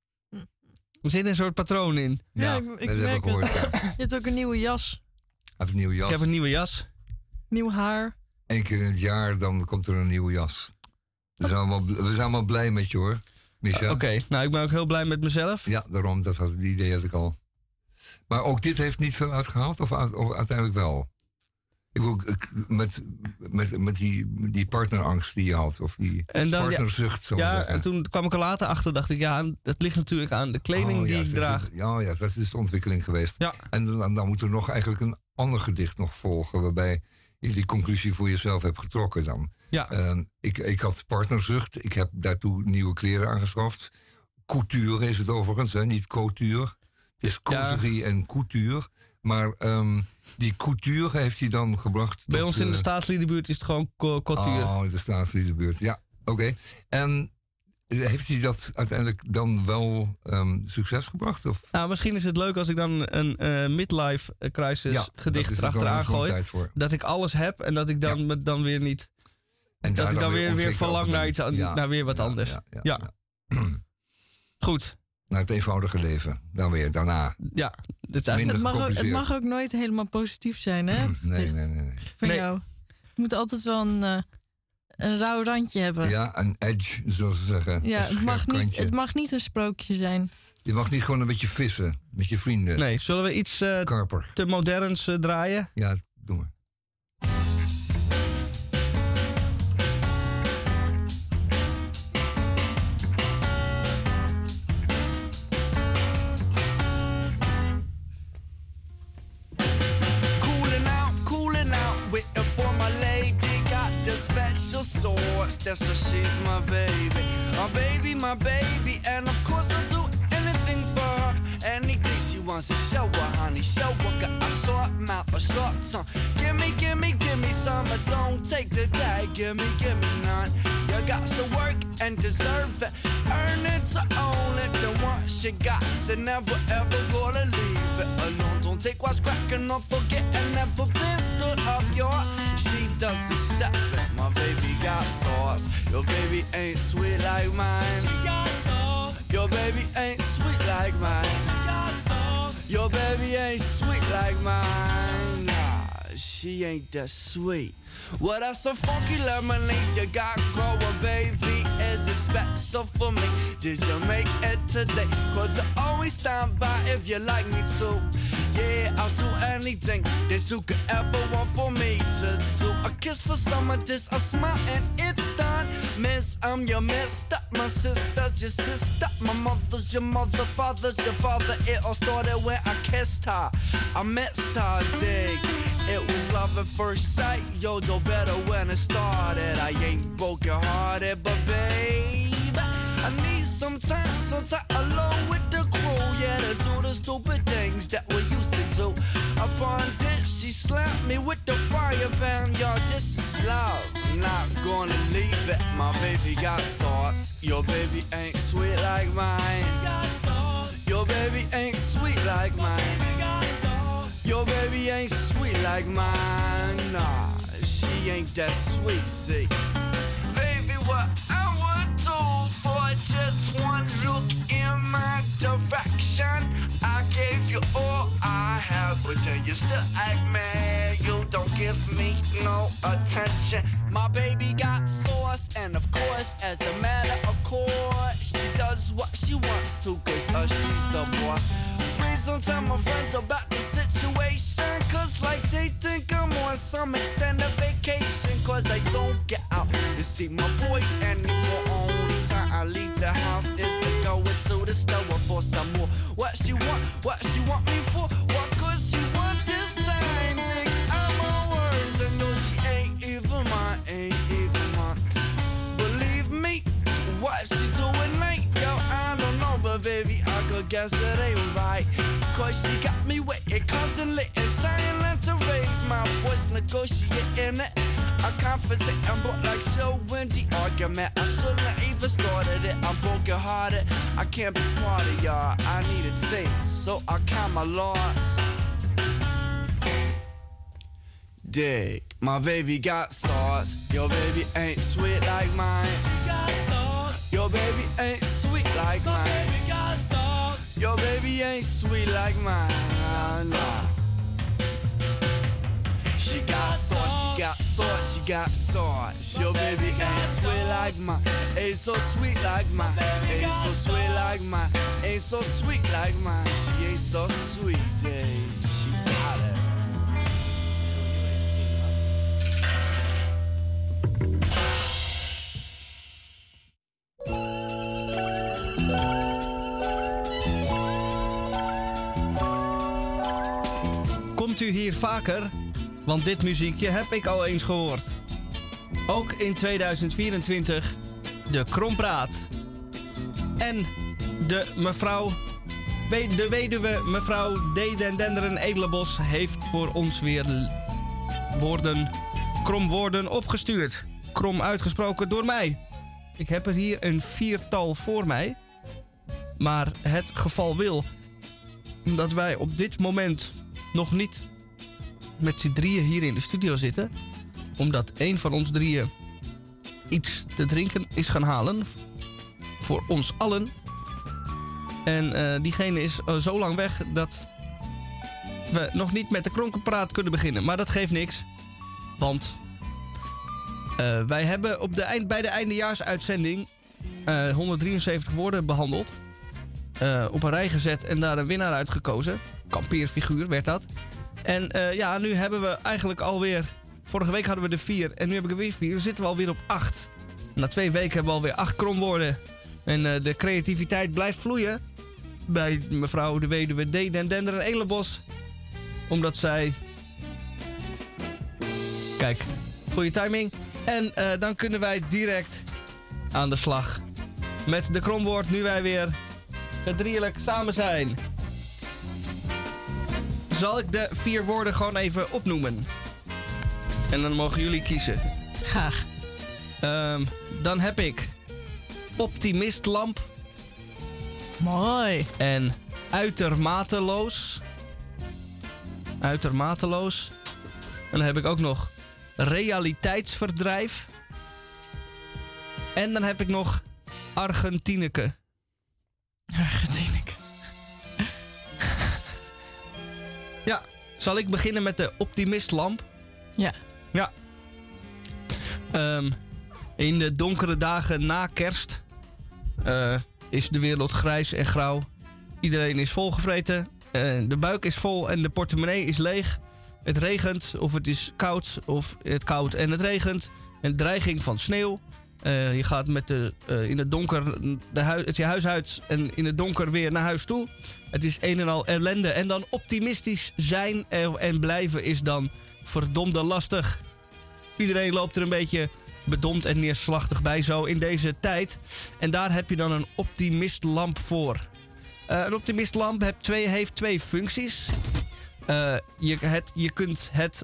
Er zit een soort patroon in. Ja, ik dat heb merk ik gehoord. het. Ja. Je hebt ook een nieuwe jas. Hij heeft een nieuwe jas. Ik heb een nieuwe jas. Nieuw haar. 1 keer in het jaar, dan komt er een nieuwe jas. We zijn allemaal blij met je hoor, Misha. Oké, nou ik ben ook heel blij met mezelf. Ja, daarom, die idee had ik al. Maar ook dit heeft niet veel uitgehaald, of uiteindelijk wel? Ik bedoel, met die partnerangst die je had, of die partnerzucht, zou ik zeggen. En toen kwam ik er later achter, dacht ik, ja, het ligt natuurlijk aan de kleding die ik draag. Ja, dat is de ontwikkeling geweest. Ja. En dan moet er nog eigenlijk een ander gedicht nog volgen, waarbij je die conclusie voor jezelf hebt getrokken dan. Ja. Ik had partnerzucht, ik heb daartoe nieuwe kleren aangeschaft. Couture is het overigens, hè? Niet couture. Het is causerie en couture. Maar die couture heeft hij dan gebracht. Bij ons in de Staatsliedenbuurt is het gewoon couture. Oh, de Staatsliedenbuurt, ja. Oké. En heeft hij dat uiteindelijk dan wel succes gebracht? Of? Nou, misschien is het leuk als ik dan een midlife crisis gedicht erachteraan gooi. Dat ik alles heb en dat ik dan weer niet... En dat ik dan weer verlang naar weer wat anders. Ja. Goed. Naar het eenvoudige leven. Dan weer daarna. Ja. Het mag ook nooit helemaal positief zijn, hè? Nee. Van jou. Je moet altijd wel een rauw randje hebben. Ja, een edge, zoals ze zeggen. Ja, het mag niet een sprookje zijn. Je mag niet gewoon een beetje vissen met je vrienden. Nee, zullen we iets te moderns draaien? Ja, doe maar. That's why she's my baby, and of course I'll do anything for her. Anything she wants to show her, honey, show her. Got a short mouth, a short tongue. Give me some, but don't take the day. Give me none. You got to work and deserve it, earn it to own it. The once you got, so never ever gonna leave it alone. Don't take what's cracking or forget and never been stood up. She does the stepping. My baby got sauce. Your baby ain't sweet like mine. She got sauce. Your baby ain't sweet like mine. She got sauce. Your baby ain't sweet like mine. Nah, she ain't that sweet. Well, that's a funky lemonade you got growing, baby. Is it special for me? Did you make it today? Cause I always stand by if you like me to. Yeah, I'll do anything that you could ever want for me to do. A kiss for some of this, a smile and it's done. Miss, I'm your mister. My sister's your sister. My mother's your mother, father's your father. It all started when I kissed her. I missed her, dig. It was love at first sight. Yo, do better when it started. I ain't broken hearted, but babe, I need some time alone with the crew. Yeah, to do the on dish. She slapped me with the fire pan. Yo, this is love. Not gonna leave it. My baby got sauce. Your baby ain't sweet like mine. Your baby ain't sweet like mine. Your baby ain't sweet like mine. Nah, she ain't that sweet, see. Baby, what I would do for just one look in my direction. I gave you all I have, but then you still act mad. You don't give me no attention. My baby got sauce, and of course, as a matter of course, she does what she wants to, cause she's the boss. Please don't tell my friends about the situation, cause like they think I'm on some extended vacation, cause I don't get out to see my boys anymore. Only time I leave the house is to go into the store for some more. What she want me for? What could she want this time? Take out my words, I know she ain't even mine. Believe me, what she doing late? Yo, I don't know, but baby, I could guess it ain't right. Cause she got me waiting constantly and silent to raise my voice, negotiating it. I conversating, but like so when the argument, I shouldn't even started it. I'm broken hearted, I can't be part of y'all. I need a taste, so I count my loss. Dig, my baby got sauce. Your baby ain't sweet like mine. She got sauce. Your baby ain't sweet like mine. Baby got sauce. Your baby ain't sweet like mine. Nah. She got sauce, she got sauce, she got sauce. Your baby ain't sweet like mine. Ain't so sweet like mine. Ain't so sweet like mine. Ain't so sweet like mine. She ain't so sweet, eh? She got it. Komt u hier vaker? Want dit muziekje heb ik al eens gehoord. Ook in 2024 de Krompraat. En de weduwe mevrouw D. den Denderen Edelenbos heeft voor ons weer kromwoorden opgestuurd. Krom uitgesproken door mij. Ik heb er hier een 4-tal voor mij. Maar het geval wil dat wij op dit moment nog niet met z'n drieën hier in de studio zitten. Omdat een van ons drieën iets te drinken is gaan halen. Voor ons allen. En diegene is zo lang weg dat we nog niet met de Krompraat kunnen beginnen. Maar dat geeft niks. Want wij hebben bij de eindejaarsuitzending 173 woorden behandeld. Op een rij gezet en daar een winnaar uitgekozen. Kampeerfiguur werd dat. En nu hebben we eigenlijk alweer... Vorige week hadden we er 4 en nu heb ik er weer 4. Dan zitten we alweer op 8. Na 2 weken hebben we alweer 8 kromwoorden. En de creativiteit blijft vloeien. Bij mevrouw de weduwe D. den Denderen Edelenbos. Omdat zij... Kijk, goede timing. En dan kunnen wij direct aan de slag. Met de kromwoord nu wij weer gedrieëlijk samen zijn. Zal ik de 4 woorden gewoon even opnoemen? En dan mogen jullie kiezen. Graag. Dan heb ik optimistlamp. Mooi. En uitermateloos. Uitermateloos. En dan heb ik ook nog realiteitsverdrijf. En dan heb ik nog Argentineke. Argentineke. Ja, zal ik beginnen met de optimistlamp? Ja. Ja. In de donkere dagen na kerst is de wereld grijs en grauw. Iedereen is volgevreten. De buik is vol en de portemonnee is leeg. Het regent of het is koud of het koud en het regent. En dreiging van sneeuw. Je gaat in het donker je huis uit en in het donker weer naar huis toe. Het is een en al ellende. En dan optimistisch zijn en blijven is dan verdomde lastig. Iedereen loopt er een beetje bedompt en neerslachtig bij zo in deze tijd. En daar heb je dan een optimistlamp voor. Een optimistlamp heeft 2 functies. Je kunt het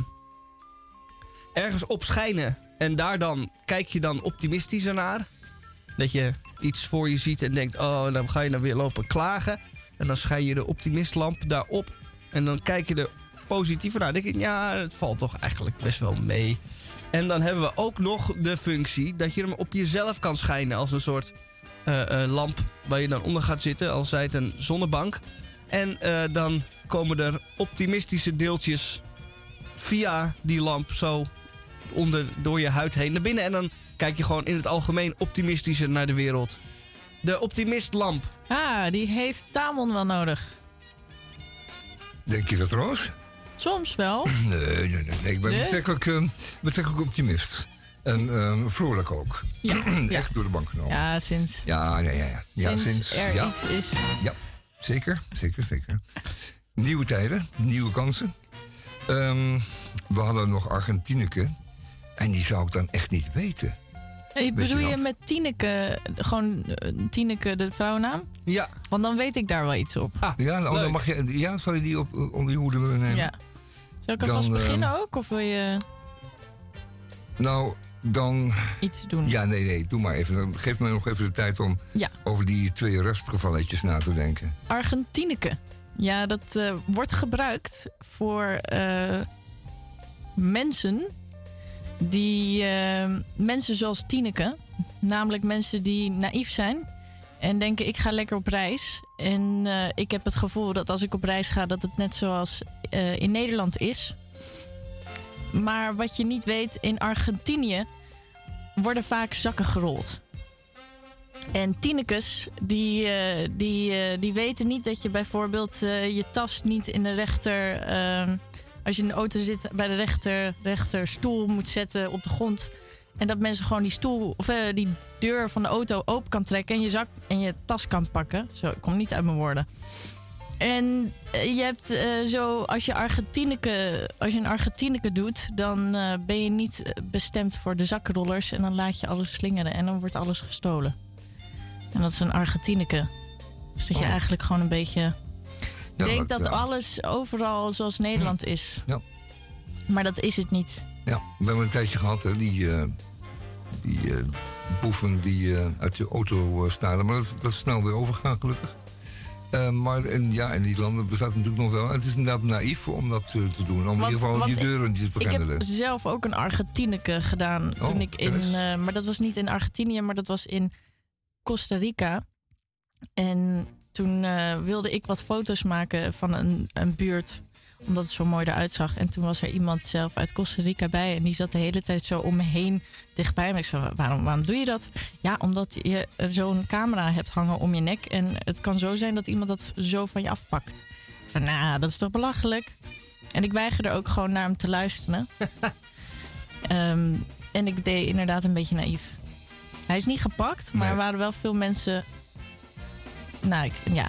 ergens op schijnen. En daar dan kijk je dan optimistischer naar. Dat je iets voor je ziet en denkt... oh, dan ga je dan weer lopen klagen. En dan schijn je de optimistlamp daarop. En dan kijk je er positiever naar. Dan denk je, ja, het valt toch eigenlijk best wel mee. En dan hebben we ook nog de functie... dat je hem op jezelf kan schijnen. Als een soort lamp waar je dan onder gaat zitten. Als zij het een zonnebank. En dan komen er optimistische deeltjes... via die lamp zo door je huid heen naar binnen. En dan kijk je gewoon in het algemeen optimistischer naar de wereld. De optimistlamp. Ah, die heeft Tamon wel nodig. Denk je dat, Roos? Soms wel. Nee. Ik ben Nee? betrekkelijk optimist. En vrolijk ook. Ja. Echt door de bank genomen. Ja, sinds Sinds er iets is. Ja, zeker. Nieuwe tijden, nieuwe kansen. We hadden nog Argentineke. En die zou ik dan echt niet weten. Bedoel je dat? met Tineke, gewoon Tineke de vrouwennaam? Ja. Want dan weet ik daar wel iets op. Ja, nou, dan mag je, zal je die onder je hoede willen nemen? Ja. Zal ik alvast beginnen ook? Of wil je Nou, dan... iets doen? Ja, nee, doe maar even. Geef me nog even de tijd om over die 2 restgevalletjes na te denken. Argentineke. Ja, dat wordt gebruikt voor mensen mensen zoals Tineke. Namelijk mensen die naïef zijn en denken ik ga lekker op reis. En ik heb het gevoel dat als ik op reis ga dat het net zoals in Nederland is. Maar wat je niet weet, in Argentinië worden vaak zakken gerold. En Tinekes, die weten niet dat je bijvoorbeeld je tas niet in de rechter... als je in de auto zit, bij de rechterstoel moet zetten op de grond. En dat mensen gewoon die stoel of die deur van de auto open kan trekken en je zak en je tas kan pakken. Zo, ik kom niet uit mijn woorden. En je hebt als je een Argentineke doet, dan ben je niet bestemd voor de zakkenrollers. En dan laat je alles slingeren en dan wordt alles gestolen. En dat is een Argentineke. Dus dat je eigenlijk gewoon een beetje denkt dat alles overal zoals Nederland is. Ja. Maar dat is het niet. Ja, we hebben een tijdje gehad, hè, die boeven die uit de auto stalen. Maar dat is snel weer overgegaan, gelukkig. Maar in die landen bestaat het natuurlijk nog wel. Het is inderdaad naïef om dat te doen. Om in ieder geval die deuren niet te vergrendelen. Ik heb zelf ook een Argentineke gedaan. Toen ik maar dat was niet in Argentinië, maar dat was in Costa Rica. En toen wilde ik wat foto's maken van een buurt. Omdat het zo mooi eruit zag. En toen was er iemand zelf uit Costa Rica bij. En die zat de hele tijd zo om me heen dichtbij. En ik zei, waarom doe je dat? Ja, omdat je zo'n camera hebt hangen om je nek. En het kan zo zijn dat iemand dat zo van je afpakt. Ik zei, nou, dat is toch belachelijk? En ik weigerde ook gewoon naar hem te luisteren. En ik deed inderdaad een beetje naïef. Hij is niet gepakt, maar er waren wel veel mensen... Nou, ja.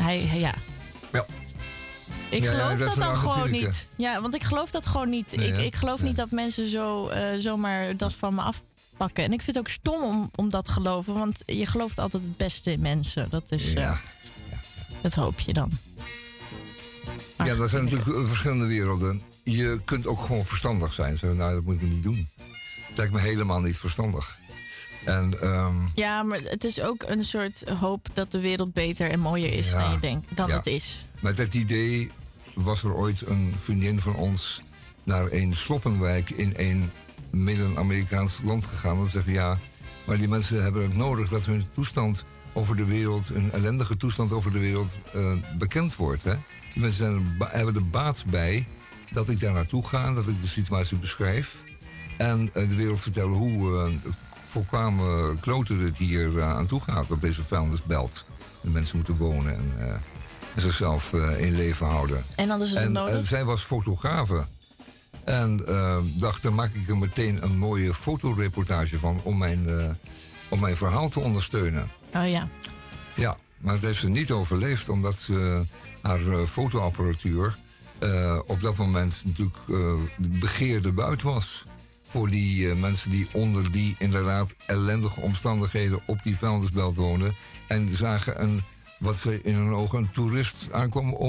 Ik geloof dat dan gewoon niet. Ja, want ik geloof dat gewoon niet. Nee, ik geloof niet dat mensen zomaar dat van me afpakken. En ik vind het ook stom om dat te geloven. Want je gelooft altijd het beste in mensen. Dat is... Dat hoop je dan. Ja, dat zijn natuurlijk verschillende werelden. Je kunt ook gewoon verstandig zijn. Zo, nou, dat moet ik niet doen. Dat lijkt me helemaal niet verstandig. En, ja, maar het is ook een soort hoop dat de wereld beter en mooier is dan je denkt, dan het is. Met dat idee was er ooit een vriendin van ons naar een sloppenwijk in een Midden-Amerikaans land gegaan. En zeggen, ja, maar die mensen hebben het nodig dat hun toestand over de wereld, een ellendige toestand over de wereld, bekend wordt. Hè? Die mensen hebben er baat bij dat ik daar naartoe ga, dat ik de situatie beschrijf. En de wereld vertellen hoe volkomen kloten het hier aan toe gaat op deze vuilnisbelt. De mensen moeten wonen en zichzelf in leven houden. En dan is het nodig? Zij was fotografe. En dacht, dan maak ik er meteen een mooie fotoreportage van om mijn verhaal te ondersteunen. Oh ja. Ja, maar dat heeft ze niet overleefd, omdat haar fotoapparatuur op dat moment natuurlijk de begeerde buit was. Voor die mensen die onder die inderdaad ellendige omstandigheden op die vuilnisbelt woonden. En zagen wat ze in hun ogen een toerist aankwam om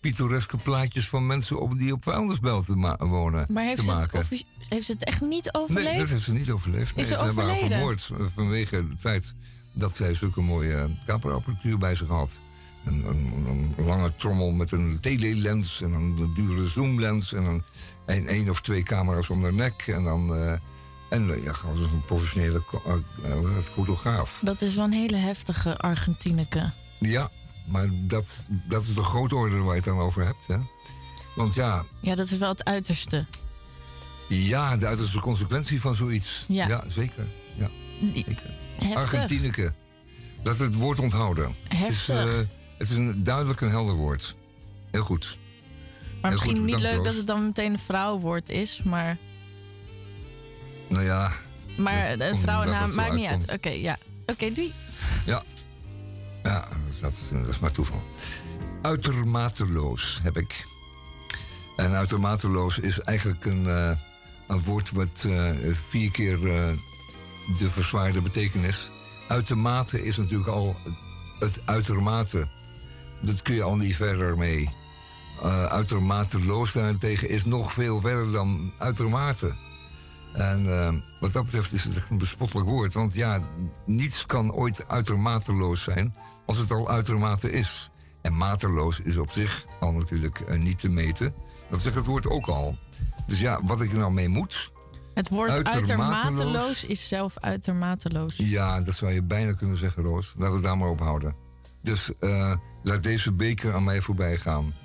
pittoreske plaatjes van mensen die op vuilnisbelt wonen Maar te maken. heeft het echt niet Nee, overleefd? dat heeft ze niet overleefd. Nee, Is ze ze hebben haar overleden? vermoord vanwege het feit dat zij zulke mooie cameraapparatuur bij zich had. Een lange trommel met een telelens en een dure zoomlens en één of twee camera's om haar nek. En dan gewoon een professionele fotograaf. Dat is wel een hele heftige Argentineke. Ja, maar dat is de grootorde waar je het dan over hebt. Hè? Want ja, Ja, dat is wel het uiterste. de uiterste consequentie van zoiets. Ja. Zeker. Ja, zeker. Heftig. Argentineke. Dat het woord onthouden. Heftig. Het is een duidelijk en helder woord. Heel goed. Maar Heel misschien goed, niet bedankt, leuk Roos. dat het dan meteen een vrouwenwoord is, maar... Nou ja, Maar Dat een komt vrouwennaam omdat het maakt zo niet uit. uitkomt. Oké, ja. Oké, doei. ja, dat is maar toeval. Uitermateloos heb ik. En uitermateloos is eigenlijk een woord wat 4 keer de verzwaarde betekenis. Uitermate is natuurlijk al het uitermate. Dat kun je al niet verder mee. Uitermateloos daarentegen is nog veel verder dan uitermate. En wat dat betreft is het echt een bespottelijk woord. Want ja, niets kan ooit uitermateloos zijn als het al uitermate is. En mateloos is op zich al natuurlijk niet te meten. Dat zegt het woord ook al. Dus ja, wat ik er nou mee moet... Het woord Uitermateloos. uitermateloos is zelf uitermateloos. Ja, dat zou je bijna kunnen zeggen, Roos. Laten we het daar maar op houden. Dus laat deze beker aan mij voorbij gaan.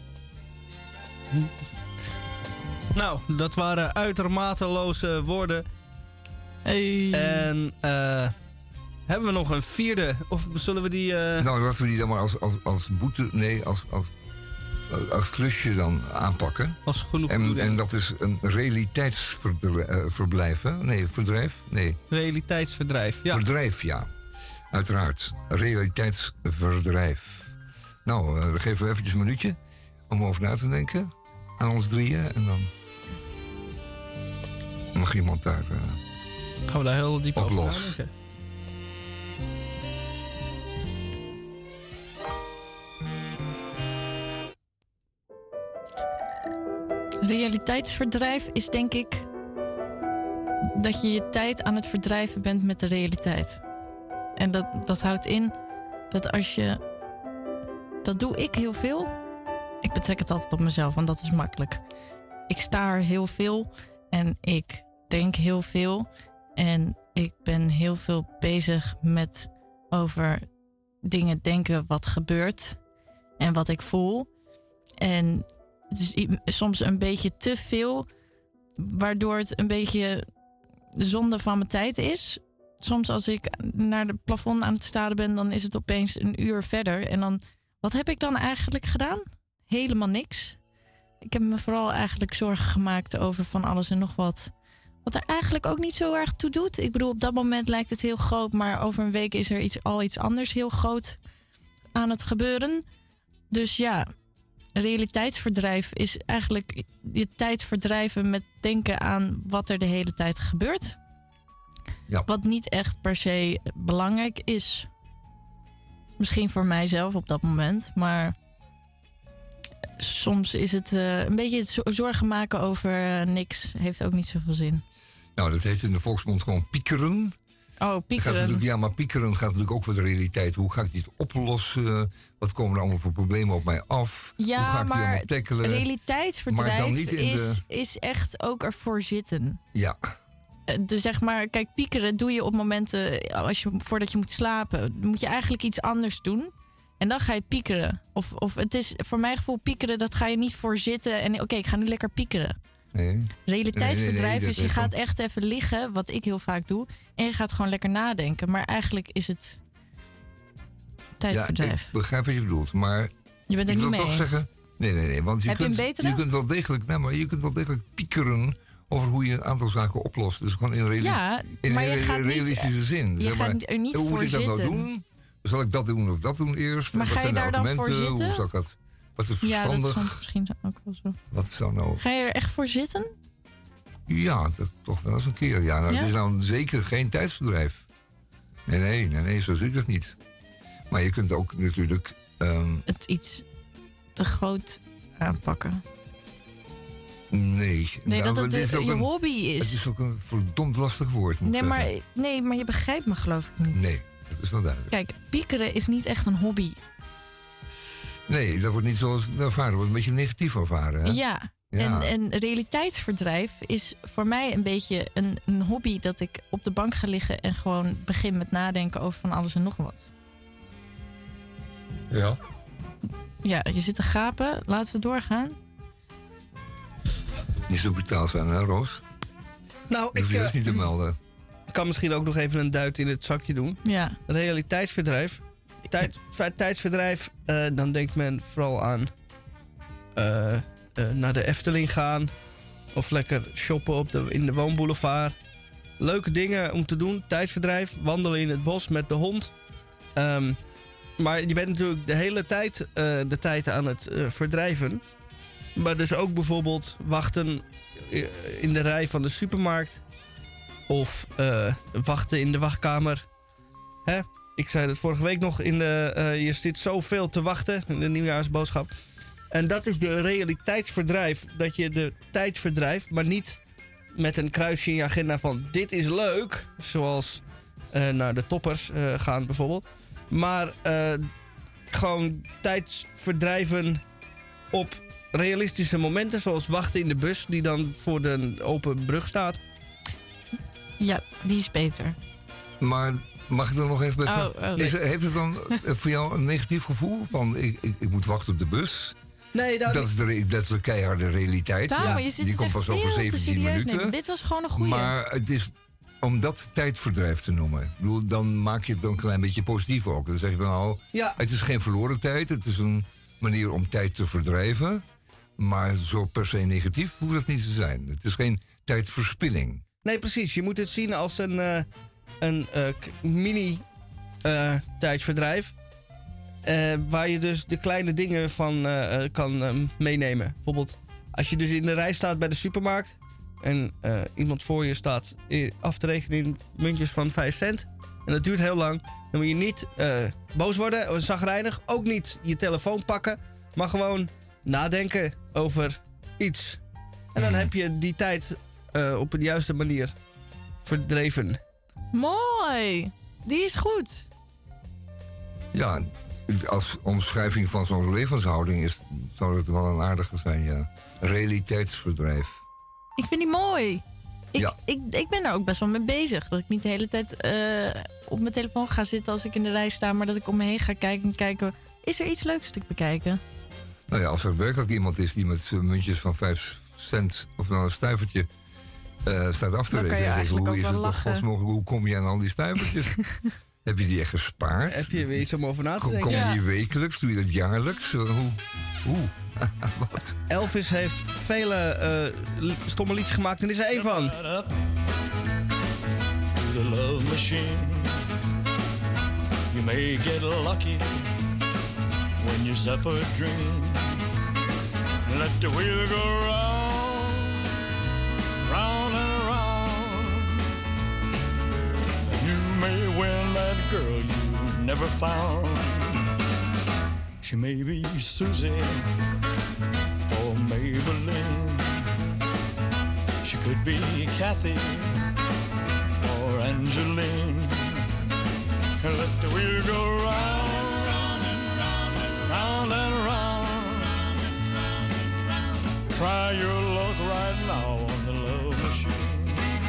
Nou, dat waren uitermateloze woorden. Hey. En hebben we nog een vierde? Of zullen we die... Nou, laten we die dan maar als boete... Nee, als klusje dan aanpakken. als genoeg bedoeling? En dat is een realiteitsverblijf, hè? Nee, verdrijf? Nee, Realiteitsverdrijf. Ja. verdrijf, ja. Uiteraard. Realiteitsverdrijf. Nou, dan geven we eventjes een minuutje om over na te denken. Aan ons drieën. En dan mag iemand daar... Gaan we daar heel diep Op over los. nadenken? Realiteitsverdrijf is denk ik dat je je tijd aan het verdrijven bent met de realiteit. En dat houdt in dat als je... Dat doe ik heel veel. Ik betrek het altijd op mezelf, want dat is makkelijk. Ik staar heel veel en ik denk heel veel. En ik ben heel veel bezig met over dingen denken wat gebeurt en wat ik voel. En dus soms een beetje te veel, waardoor het een beetje zonde van mijn tijd is. Soms als ik naar het plafond aan het staren ben, dan is het opeens een uur verder. En dan, wat heb ik dan eigenlijk gedaan? Helemaal niks. Ik heb me vooral eigenlijk zorgen gemaakt over van alles en nog wat. Wat er eigenlijk ook niet zo erg toe doet. Ik bedoel, op dat moment lijkt het heel groot, maar over een week is er al iets anders heel groot aan het gebeuren. Dus ja, realiteitsverdrijf is eigenlijk je tijd verdrijven met denken aan wat er de hele tijd gebeurt. Ja. Wat niet echt per se belangrijk is. Misschien voor mijzelf op dat moment, maar soms is het een beetje het zorgen maken over niks. Heeft ook niet zoveel zin. Nou, dat heet in de volksmond gewoon piekeren. Oh, Gaat piekeren. natuurlijk, ja, maar piekeren gaat natuurlijk ook voor de realiteit. Hoe ga ik dit oplossen? Wat komen er allemaal voor problemen op mij af? Hoe ga Ja, ik die maar allemaal tackelen? Maar realiteitsverdrijf dan niet in is echt ook ervoor zitten. Ja, Dus zeg maar, kijk, piekeren doe je op momenten voordat je moet slapen. Dan moet je eigenlijk iets anders doen. En dan ga je piekeren. Of het is voor mijn gevoel piekeren, dat ga je niet voor zitten. En oké, ik ga nu lekker piekeren. nee. Realiteitsverdrijf Nee, is, dat je is gaat echt even liggen, wat ik heel vaak doe. En je gaat gewoon lekker nadenken. Maar eigenlijk is het Ja, tijdverdrijf. ik begrijp wat je bedoelt, maar Je bent er ik niet wil mee toch eens. zeggen... Nee, want Heb je een betere? je kunt wel degelijk, nee, maar je kunt wel degelijk piekeren over hoe je een aantal zaken oplost. Dus gewoon in Ja, maar je gaat niet, realistische zin. je Zeg maar, gaat er niet hoe voor moet ik dat nou zitten. doen? Zal ik dat doen of dat doen eerst? Maar Wat ga je zijn de daar dan voor argumenten? zitten? Hoe zal ik dat? Wat is Ja, dat verstandig? is soms misschien ook wel zo. Wat zou nou... Ga je er echt voor zitten? Ja, dat toch wel eens een keer. Ja, nou, Ja? het is dan zeker geen tijdsverdrijf. Nee, zo zie ik dat niet. Maar je kunt ook natuurlijk... Het iets te groot aanpakken? Nee. Nee, Nou, dat het het is ook je een- hobby is. Het is ook een verdomd lastig woord. moet ik zeggen. Maar je begrijpt me geloof ik niet. Nee, dat is wel duidelijk. Kijk, piekeren is niet echt een hobby. Nee, dat wordt niet zoals ervaren. wordt een beetje negatief ervaren. Hè? Ja. Ja. En realiteitsverdrijf is voor mij een beetje een hobby dat ik op de bank ga liggen en gewoon begin met nadenken over van alles en nog wat. Ja. Ja, je zit te gapen. Laten we doorgaan. Niet zo brutaal zijn, hè, Roos? Nou, Ik hoef je dus niet te melden. kan misschien ook nog even een duit in het zakje doen. Ja. Realiteitsverdrijf. Tijdsverdrijf, dan denkt men vooral aan naar de Efteling gaan. Of lekker shoppen in de woonboulevard. Leuke dingen om te doen. Tijdsverdrijf. Wandelen in het bos met de hond. Maar je bent natuurlijk de hele tijd de tijd aan het verdrijven. Maar dus ook bijvoorbeeld wachten in de rij van de supermarkt. Of wachten in de wachtkamer. Hè? Ik zei het vorige week nog. Je zit zoveel te wachten in de nieuwjaarsboodschap. En dat is de realiteitsverdrijf. Dat je de tijd verdrijft, maar niet met een kruisje in je agenda van dit is leuk. Zoals naar de toppers gaan bijvoorbeeld. Maar gewoon tijd verdrijven op realistische momenten. Zoals wachten in de bus die dan voor de open brug staat. Ja, die is beter. Maar mag ik er nog even bij vragen? nee. Heeft het dan voor jou een negatief gevoel? Van ik moet wachten op de bus? Nee, Dat is de keiharde realiteit. Daarom, je zit die het komt echt pas over veel te 17 serieus minuten. nemen. Dit was gewoon een goeie. Maar het is om dat tijdverdrijf te noemen. Ik bedoel, dan maak je het dan een klein beetje positief ook. Dan zeg je van nou, Ja. het is geen verloren tijd. Het is een manier om tijd te verdrijven. Maar zo per se negatief hoeft het niet te zijn. Het is geen tijdverspilling. Nee, precies. Je moet het zien als een mini tijdsverdrijf. Waar je dus de kleine dingen van kan meenemen. Bijvoorbeeld als je dus in de rij staat bij de supermarkt. En iemand voor je staat af te rekenen in muntjes van 5 cent. En dat duurt heel lang. Dan moet je niet boos worden of chagrijnig. Ook niet je telefoon pakken. Maar gewoon nadenken over iets. En dan heb je die tijd op de juiste manier verdreven. Mooi. Die is goed. Ja, als omschrijving van zo'n levenshouding zou het wel een aardige zijn, ja. Realiteitsverdrijf. Ik vind die mooi. Ja. Ik ben daar ook best wel mee bezig. Dat ik niet de hele tijd op mijn telefoon ga zitten als ik in de rij sta. Maar dat ik om me heen ga kijken. Is er iets leuks te bekijken? Nou ja, als er werkelijk iemand is die met muntjes van 5 cent of dan een stuivertje staat af te Dan kan je rekenen. eigenlijk Hoe ook is wel het toch lachen. godsmogelijk? Hoe kom je aan al die stuivertjes? Heb je die echt gespaard? Heb je weer iets om over na te Kom denken? je die wekelijks? Doe je dat jaarlijks? Hoe? Wat? Elvis heeft vele stomme liedjes gemaakt en dit is er één van. Right up to the love machine. You may get lucky when you suffer a dream. Let the wheel go round, round and round. You may win that girl you never found. She may be Susie or Maybelline. She could be Kathy or Angeline. Let the wheel go round, round and round and round and round. Try your luck right now on the love machine.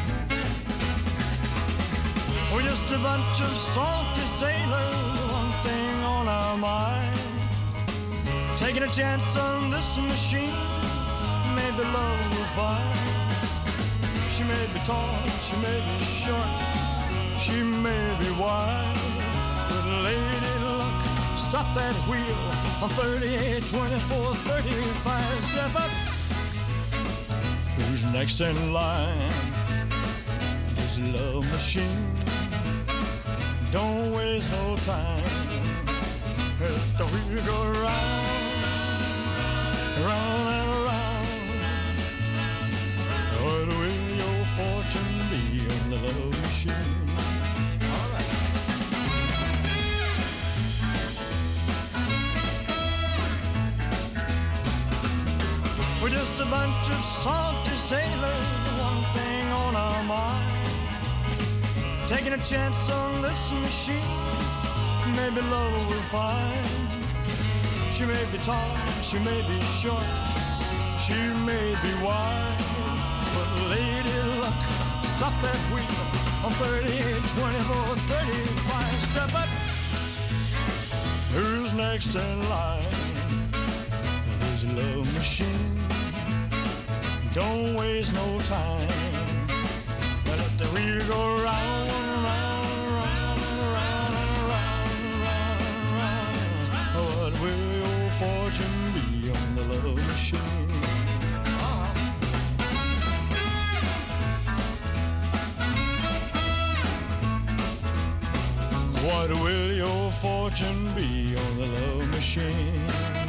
We're just a bunch of salty sailors, one thing on our mind. Taking a chance on this machine, maybe love will find. She may be tall, she may be short, she may be wide. But lady luck, stop that wheel on 38, 24, 35. Step up. Who's next in line? This love machine. Don't waste no time. Let the wheel go round, round and round. What will your fortune be on the love machine? All right. We're just a bunch of salty sailors, one thing on our mind. Taking a chance on this machine, maybe love will find. She may be tall, she may be short, she may be wide, but lady luck, stop that wheel on 30, 24, 35. Step up. Who's next in line? There's a love machine. Don't waste no time. Let the wheel go round, round, round, round, round, round, round. What will your fortune be on the love machine? What will your fortune be on the love machine?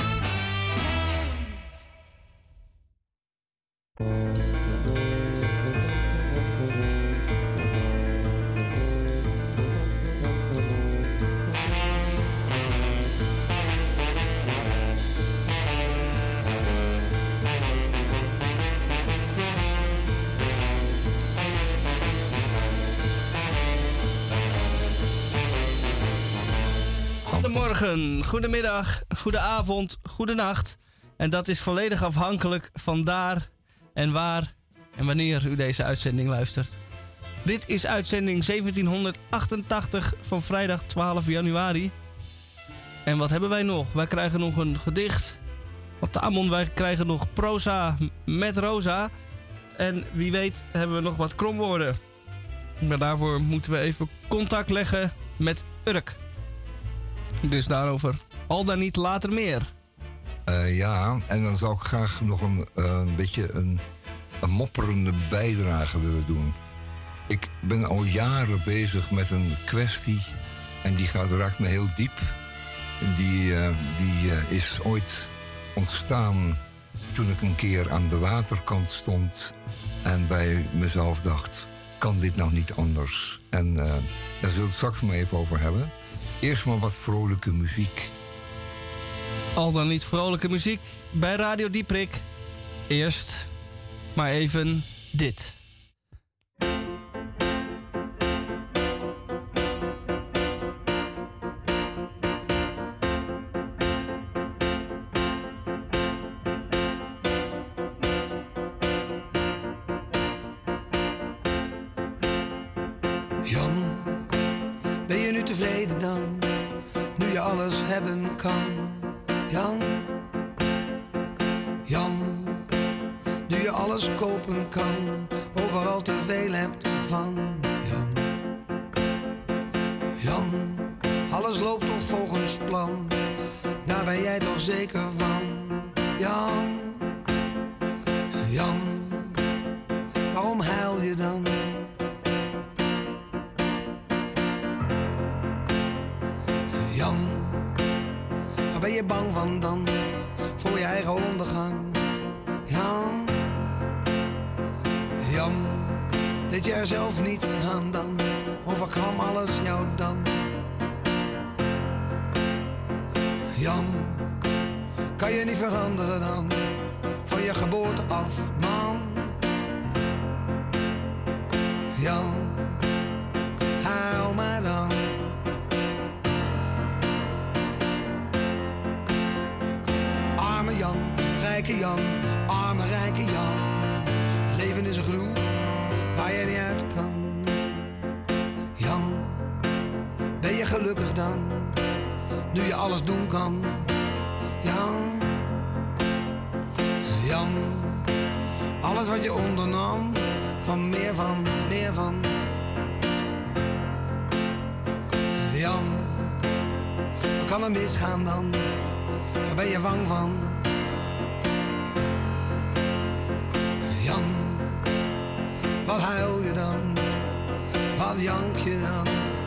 Goedemorgen, goedemiddag, goedenavond, goedenacht. En dat is volledig afhankelijk van daar en waar en wanneer u deze uitzending luistert. Dit is uitzending 1788 van vrijdag 12 januari. En wat hebben wij nog? Wij krijgen nog een gedicht. Wat Tamon, wij krijgen nog proza met Rosa. En wie weet hebben we nog wat kromwoorden. Maar daarvoor moeten we even contact leggen met Urk. Dus daarover al dan niet later meer. Ja, en dan zou ik graag nog een beetje een mopperende bijdrage willen doen. Ik ben al jaren bezig met een kwestie en die raakt me heel diep. Die is ooit ontstaan toen ik een keer aan de waterkant stond en bij mezelf dacht, kan dit nou niet anders? En daar zullen we het straks maar even over hebben. Eerst maar wat vrolijke muziek. Al dan niet vrolijke muziek bij Radio Dieprik. Eerst maar even dit. Jan, ben je nu tevreden dan? Nu je alles hebben kan. Jan, Jan, nu je alles kopen kan. Overal te veel hebt van. Jan, Jan, alles loopt toch volgens plan. Daar ben jij toch zeker van. Jan, Jan, waarom huil je dan? Jan, waar ben je bang van dan? Voor je eigen ondergang. Jan, Jan, deed je er zelf niets aan dan? Overkwam alles jou dan? Jan, kan je niet veranderen dan? Van je geboorte af, man. Jan, huil maar dan. Arme Jan, rijke Jan, arme rijke Jan. Leven is een groef waar je niet uit kan. Jan, ben je gelukkig dan? Nu je alles doen kan. Jan, Jan, alles wat je ondernam kwam meer van, meer van. Jan, wat kan er misgaan dan? Waar ben je bang van? Jan, wat huil je dan? Wat jank je dan?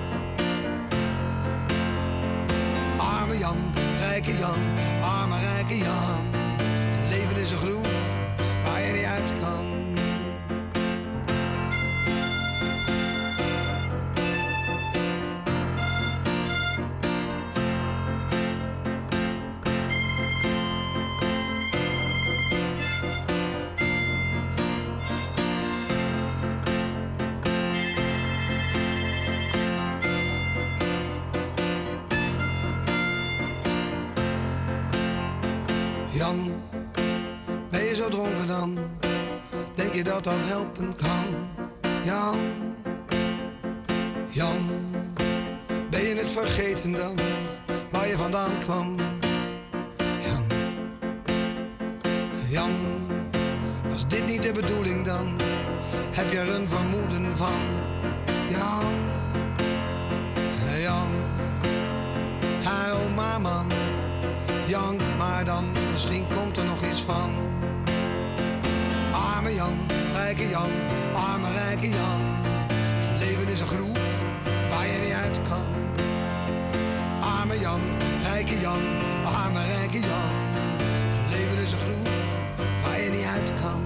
Arme Jan, rijke Jan, arme rijke Jan. Leven is een groef waar je niet uit kan. Jan, ben je zo dronken dan? Denk je dat dat helpen kan? Jan, Jan, ben je het vergeten dan? Waar je vandaan kwam? Jan, Jan, was dit niet de bedoeling dan? Heb je er een vermoeden van? Jan, Jan, huil maar man, jank maar dan, misschien komt er nog iets van. Arme Jan, rijke Jan, arme rijke Jan. Je leven is een groef waar je niet uit kan. Arme Jan, rijke Jan, arme rijke Jan. Je leven is een groef waar je niet uit kan.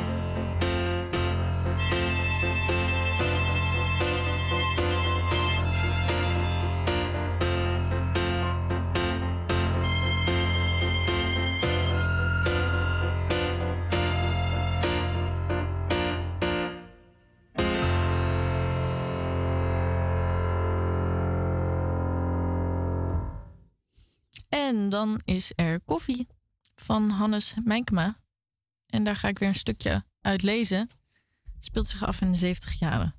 En dan is er koffie van Hannes Mijnkema. En daar ga ik weer een stukje uit lezen. Het speelt zich af in de 70 jaren.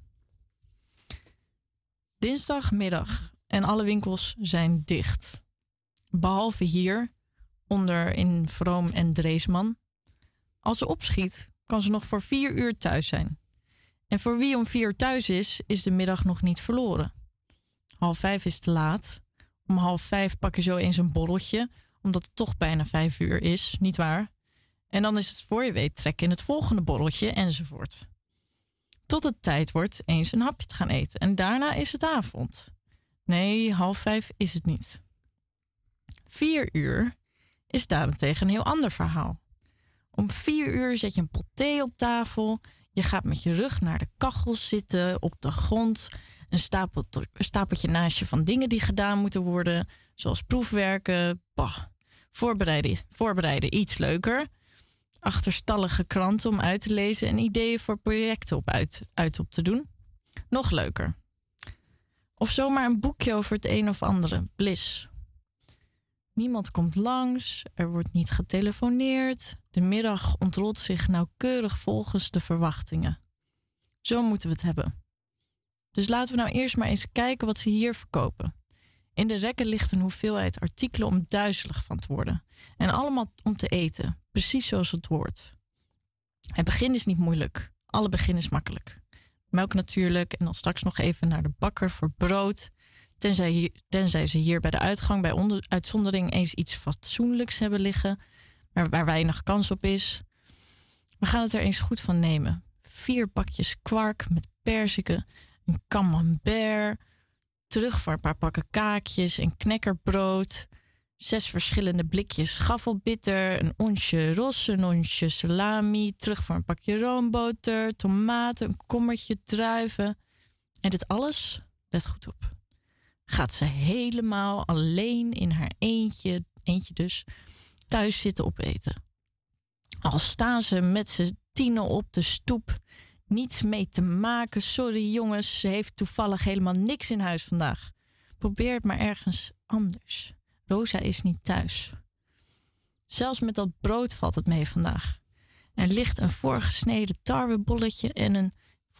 Dinsdagmiddag en alle winkels zijn dicht. Behalve hier, onder in Vroom en Dreesman. Als ze opschiet, kan ze nog voor 4 uur thuis zijn. En voor wie om 4 uur thuis is de middag nog niet verloren. 4:30 is te laat. Om 4:30 pak je zo eens een borreltje, omdat het toch bijna 5 uur is, nietwaar? En dan is het voor je weet trekken in het volgende borreltje enzovoort. Tot het tijd wordt eens een hapje te gaan eten. En daarna is het avond. Nee, 4:30 is het niet. 4 uur is daarentegen een heel ander verhaal. Om 4 uur zet je een pot thee op tafel. Je gaat met je rug naar de kachel zitten op de grond. Een stapeltje naast je van dingen die gedaan moeten worden. Zoals proefwerken. Bah. Voorbereiden iets leuker. Achterstallige kranten om uit te lezen. En ideeën voor projecten op te doen. Nog leuker. Of zomaar een boekje over het een of andere. Bliss. Niemand komt langs. Er wordt niet getelefoneerd. De middag ontrolt zich nauwkeurig volgens de verwachtingen. Zo moeten we het hebben. Dus laten we nou eerst maar eens kijken wat ze hier verkopen. In de rekken ligt een hoeveelheid artikelen om duizelig van te worden. En allemaal om te eten. Precies zoals het hoort. Het begin is niet moeilijk. Alle begin is makkelijk. Melk natuurlijk en dan straks nog even naar de bakker voor brood. Tenzij ze hier bij de uitgang bij uitzondering eens iets fatsoenlijks hebben liggen. Waar weinig kans op is. We gaan het er eens goed van nemen. 4 bakjes kwark met perziken. Een camembert. Terug voor een paar pakken kaakjes en knekkerbrood. 6 verschillende blikjes schaffelbitter. Een onsje ros, een onsje salami. Terug voor een pakje roomboter. Tomaten, een kommertje druiven. En dit alles, let goed op, gaat ze helemaal alleen in haar eentje dus, thuis zitten opeten. Al staan ze met z'n 10 op de stoep. Niets mee te maken. Sorry jongens, ze heeft toevallig helemaal niks in huis vandaag. Probeer het maar ergens anders. Rosa is niet thuis. Zelfs met dat brood valt het mee vandaag. Er ligt een voorgesneden tarwebolletje en een,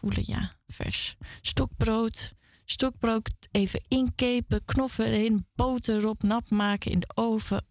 vers stokbrood. Stokbrood even inkepen, knoffen erin, boter erop, nap maken in de oven.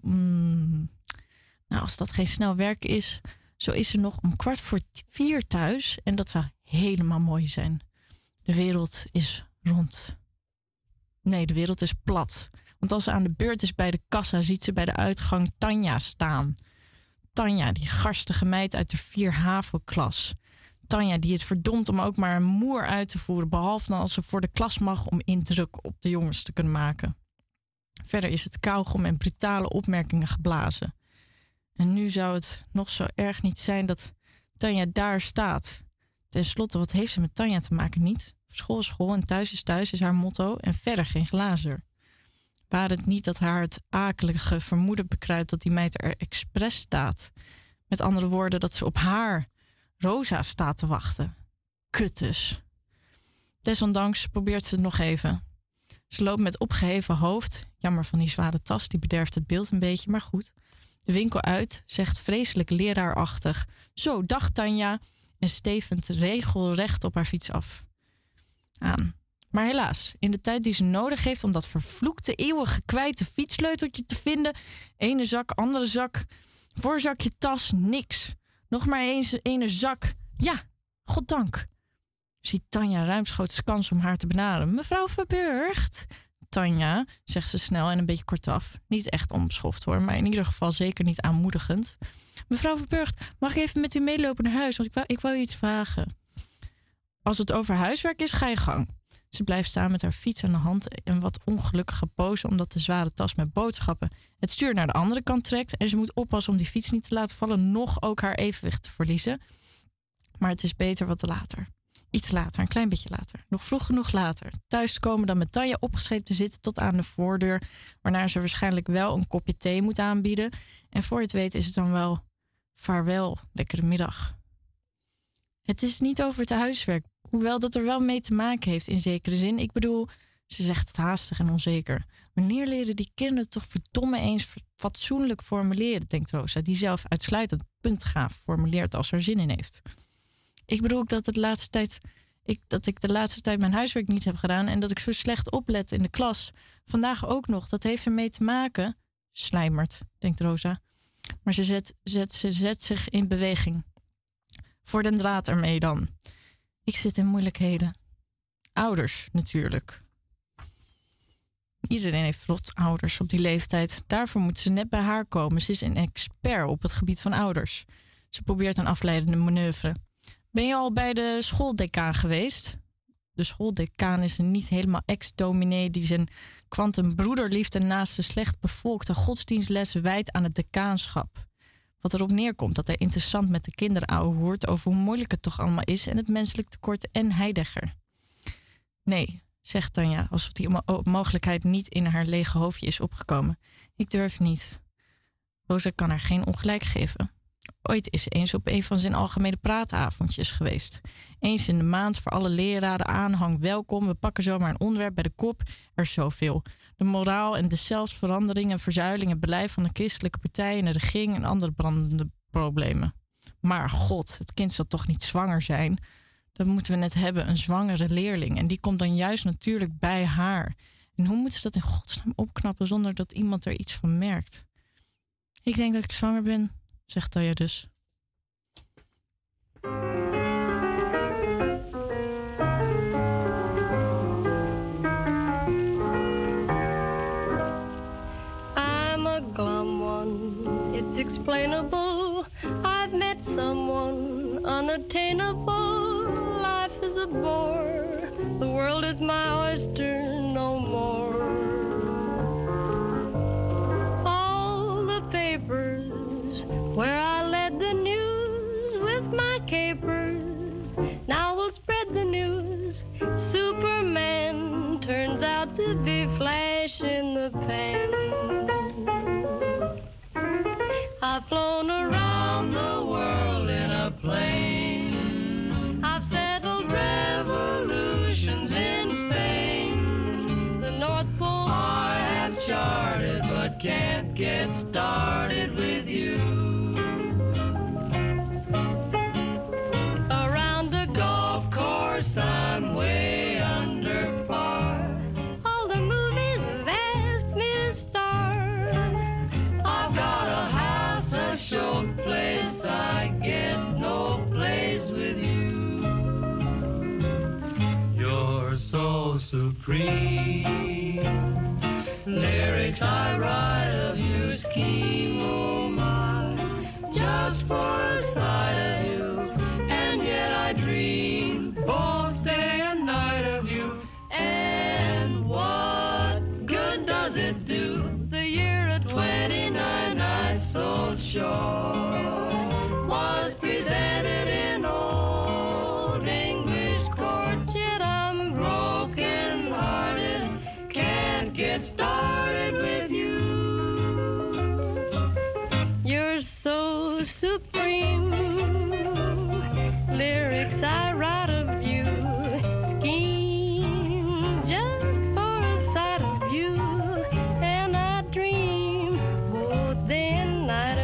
Nou, als dat geen snel werk is, zo is ze nog om 4:15 thuis. En dat zou helemaal mooi zijn. De wereld is rond. Nee, de wereld is plat. Want als ze aan de beurt is bij de kassa, ziet ze bij de uitgang Tanja staan. Tanja, die garstige meid uit de 4 HAVO-klas. Tanja, die het verdomt om ook maar een moer uit te voeren, behalve dan als ze voor de klas mag om indruk op de jongens te kunnen maken. Verder is het kauwgom en brutale opmerkingen geblazen. En nu zou het nog zo erg niet zijn dat Tanja daar staat. Ten slotte, wat heeft ze met Tanja te maken? Niet? School is school en thuis is haar motto en verder geen glazer. Waar het niet dat haar het akelige vermoeden bekruipt dat die meid er expres staat. Met andere woorden, dat ze op haar, Rosa, staat te wachten. Kuttes. Desondanks probeert ze het nog even. Ze loopt met opgeheven hoofd. Jammer van die zware tas, die bederft het beeld een beetje, maar goed. de winkel uit, zegt vreselijk leraarachtig: "Zo, dag Tanja," en stevend regelrecht op haar fiets af. Aan. Maar helaas, in de tijd die ze nodig heeft om dat vervloekte, eeuwig kwijte fietssleuteltje te vinden, ene zak, andere zak, voorzakje, tas, niks. Nog maar eens ene zak. Ja, goddank. Ziet Tanja ruimschoots kans om haar te benaderen. "Mevrouw Verburgt." "Tanja," zegt ze snel en een beetje kortaf. Niet echt onbeschoft hoor, maar in ieder geval zeker niet aanmoedigend. "Mevrouw Verburgt, mag ik even met u meelopen naar huis? Want ik wou u iets vragen." "Als het over huiswerk is, ga je gang." Ze blijft staan met haar fiets aan de hand en wat ongelukkige pose omdat de zware tas met boodschappen het stuur naar de andere kant trekt en ze moet oppassen om die fiets niet te laten vallen, noch ook haar evenwicht te verliezen. Maar het is beter wat later. Iets later, een klein beetje later. Nog vroeg genoeg later. Thuis te komen dan met Tanja opgescheept te zitten tot aan de voordeur, waarna ze waarschijnlijk wel een kopje thee moet aanbieden. En voor je het weet is het dan wel vaarwel, lekkere middag. Het is niet over het huiswerk, hoewel dat er wel mee te maken heeft in zekere zin. Ik bedoel, ze zegt het haastig en onzeker. Wanneer leren die kinderen toch verdomme eens fatsoenlijk formuleren, denkt Rosa, die zelf uitsluitend puntgaaf formuleert als er zin in heeft. Ik bedoel ook dat ik de laatste tijd mijn huiswerk niet heb gedaan en dat ik zo slecht oplet in de klas. Vandaag ook nog, dat heeft ermee te maken. Slijmert, denkt Rosa. Maar ze zet zich in beweging. Voor den draad ermee dan. Ik zit in moeilijkheden. Ouders, natuurlijk. Iedereen heeft rot ouders op die leeftijd. Daarvoor moeten ze net bij haar komen. Ze is een expert op het gebied van ouders. Ze probeert een afleidende manoeuvre. Ben je al bij de schooldecaan geweest? De schooldecaan is een niet helemaal ex-dominee die zijn kwantumbroederliefde naast de slecht bevolkte godsdienstlessen wijdt aan het decaanschap. Wat erop neerkomt dat hij interessant met de kinderen ouwehoert over hoe moeilijk het toch allemaal is en het menselijk tekort en Heidegger. Nee, zegt Tanja, alsof die mogelijkheid niet in haar lege hoofdje is opgekomen. Ik durf niet. Rosa kan haar geen ongelijk geven. Ooit is ze eens op een van zijn algemene praatavondjes geweest. Eens in de maand voor alle leraren aanhang welkom. We pakken zomaar een onderwerp bij de kop. Er is zoveel. De moraal en de zelfsverandering en verzuiling, het beleid van de christelijke partij en de regering en andere brandende problemen. Maar god, het kind zal toch niet zwanger zijn? Dat moeten we net hebben, een zwangere leerling. En die komt dan juist natuurlijk bij haar. En hoe moet ze dat in godsnaam opknappen zonder dat iemand er iets van merkt? Ik denk dat ik zwanger ben, zegt Tanja dus. I'm a glum one, it's explainable. I've met someone unattainable. Life is a bore, the world is my oyster no more. All the papers where I led the news with my capers now will spread the news. Superman turns out to be Flash in the pan. I've flown around the world in a plane. I've settled revolutions in Spain. The North Pole I have charted, but can't get started with you. Around the golf course I'm way under par. All the movies have asked me to star. I've got a house, a show place, I get no place with you. You're so supreme. Lyrics I write of you, scheme, oh my, just for a sight of you. And yet I dream both day and night of you. And what good does it do? The year at 29 I sold shore was presented in old English court. Yet I'm broken hearted, can't get started with you. You're so supreme. Lyrics I write of you, scheme just for a sight of you. And I dream both day and night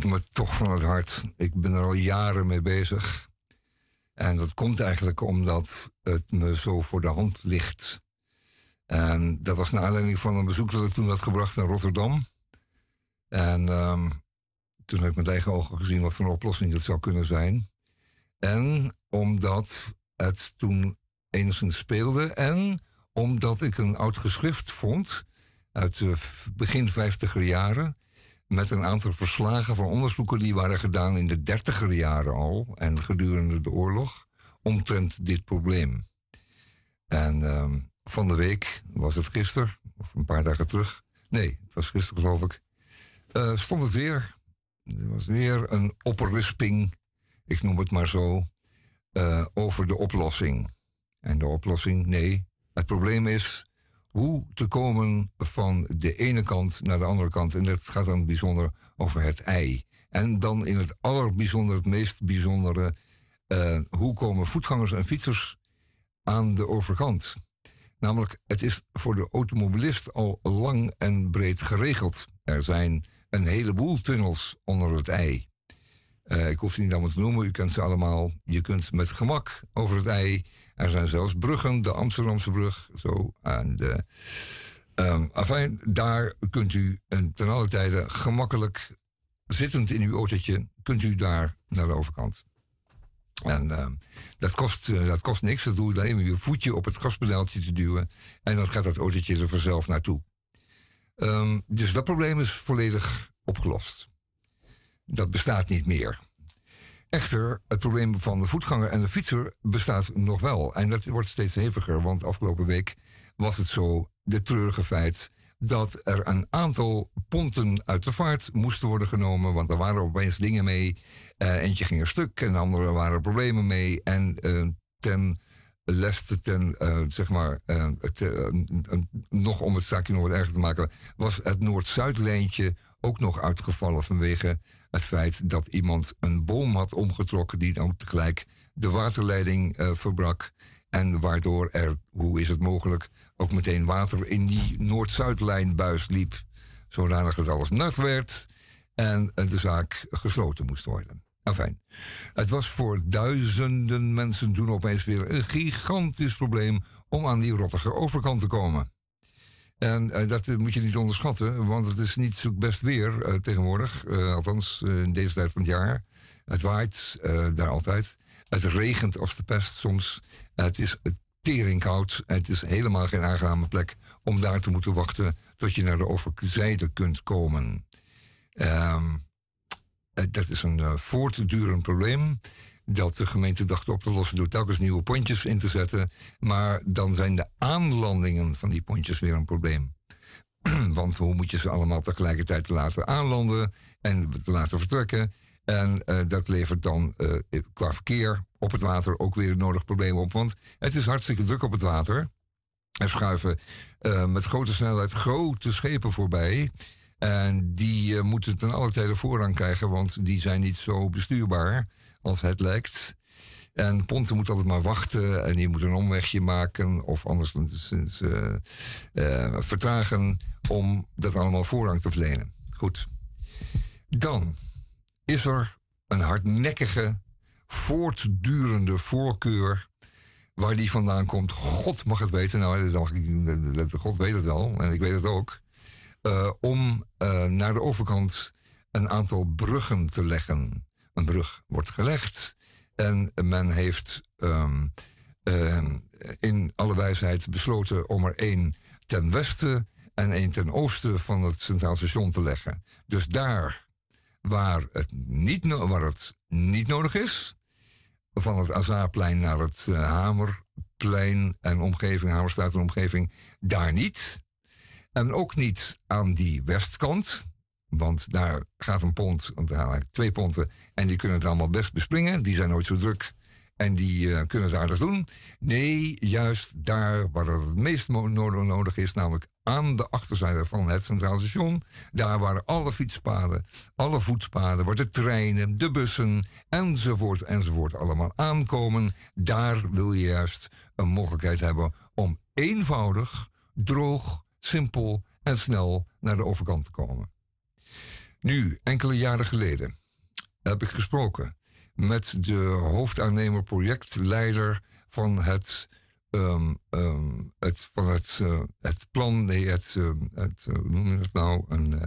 komt me toch van het hart. Ik ben er al jaren mee bezig. En dat komt eigenlijk omdat het me zo voor de hand ligt. En dat was naar aanleiding van een bezoek dat ik toen had gebracht naar Rotterdam. En toen heb ik met eigen ogen gezien wat voor een oplossing het zou kunnen zijn. En omdat het toen enigszins speelde. En omdat ik een oud geschrift vond uit begin 50er jaren. Met een aantal verslagen van onderzoeken die waren gedaan in de 30er jaren al. En gedurende de oorlog. Omtrent dit probleem. En van de week, was het gisteren, of een paar dagen terug. Nee, het was gisteren geloof ik. Stond het weer. Er was weer een oprisping, ik noem het maar zo, over de oplossing. En de oplossing, nee, het probleem is hoe te komen van de ene kant naar de andere kant. En dat gaat dan bijzonder over het ei. En dan in het allerbijzonder, het meest bijzondere, hoe komen voetgangers en fietsers aan de overkant. Namelijk, het is voor de automobilist al lang en breed geregeld. Er zijn een heleboel tunnels onder het ei. Ik hoef ze niet allemaal te noemen, u kent ze allemaal. Je kunt met gemak over het ei. Er zijn zelfs bruggen, de Amsterdamse brug. Zo aan de. Enfin, daar kunt u ten alle tijde gemakkelijk, zittend in uw autootje, kunt u daar naar de overkant. En dat kost niks. Dat doe je alleen maar je voetje op het gaspedaaltje te duwen. En dan gaat dat autootje er vanzelf naartoe. Dus dat probleem is volledig opgelost. Dat bestaat niet meer. Echter, het probleem van de voetganger en de fietser bestaat nog wel. En dat wordt steeds heviger, want afgelopen week was het zo, de treurige feit, dat er een aantal ponten uit de vaart moesten worden genomen. Want er waren opeens dingen mee. Eentje ging er stuk en de andere waren er problemen mee. En ten leste, nog om het zaakje nog wat erger te maken, was het Noord-Zuid-lijntje ook nog uitgevallen vanwege het feit dat iemand een boom had omgetrokken die dan tegelijk de waterleiding verbrak. En waardoor er, hoe is het mogelijk, ook meteen water in die Noord-Zuid-lijnbuis liep. Zodanig dat alles nat werd en de zaak gesloten moest worden. Enfin, het was voor duizenden mensen toen opeens weer een gigantisch probleem om aan die rottige overkant te komen. En dat moet je niet onderschatten, want het is niet zo best weer tegenwoordig. Althans, in deze tijd van het jaar. Het waait daar altijd. Het regent als de pest soms. Het is teringkoud. Het is helemaal geen aangename plek om daar te moeten wachten tot je naar de overzijde kunt komen. Dat is een voortdurend probleem dat de gemeente dacht op te lossen door telkens nieuwe pontjes in te zetten. Maar dan zijn de aanlandingen van die pontjes weer een probleem. Want hoe moet je ze allemaal tegelijkertijd laten aanlanden en laten vertrekken? En dat levert dan qua verkeer op het water ook weer een nodig probleem op. Want het is hartstikke druk op het water. Er schuiven met grote snelheid grote schepen voorbij. En die moeten ten alle tijde voorrang krijgen, want die zijn niet zo bestuurbaar als het lijkt. En ponten moeten altijd maar wachten en die moeten een omwegje maken of anders vertragen om dat allemaal voorrang te verlenen. Goed. Dan is er een hardnekkige, voortdurende voorkeur waar die vandaan komt. God mag het weten. Nou, God weet het wel en ik weet het ook. Om naar de overkant een aantal bruggen te leggen. Een brug wordt gelegd en men heeft in alle wijsheid besloten om er één ten westen en één ten oosten van het Centraal Station te leggen. Dus daar waar het niet nodig is, van het Azaarplein naar het Hamerplein en omgeving, Hamerstraat en omgeving, daar niet. En ook niet aan die westkant, want daar gaat een pont, want daar eigenlijk 2 ponten, en die kunnen het allemaal best bespringen. Die zijn nooit zo druk en die kunnen het aardig doen. Nee, juist daar waar het meest nodig is, namelijk aan de achterzijde van het Centraal Station. Daar waar alle fietspaden, alle voetpaden, waar de treinen, de bussen, enzovoort allemaal aankomen. Daar wil je juist een mogelijkheid hebben om eenvoudig, droog, simpel en snel naar de overkant te komen. Nu, enkele jaren geleden heb ik gesproken met de hoofdaannemer projectleider van het plan, nee, hoe noem je dat nou?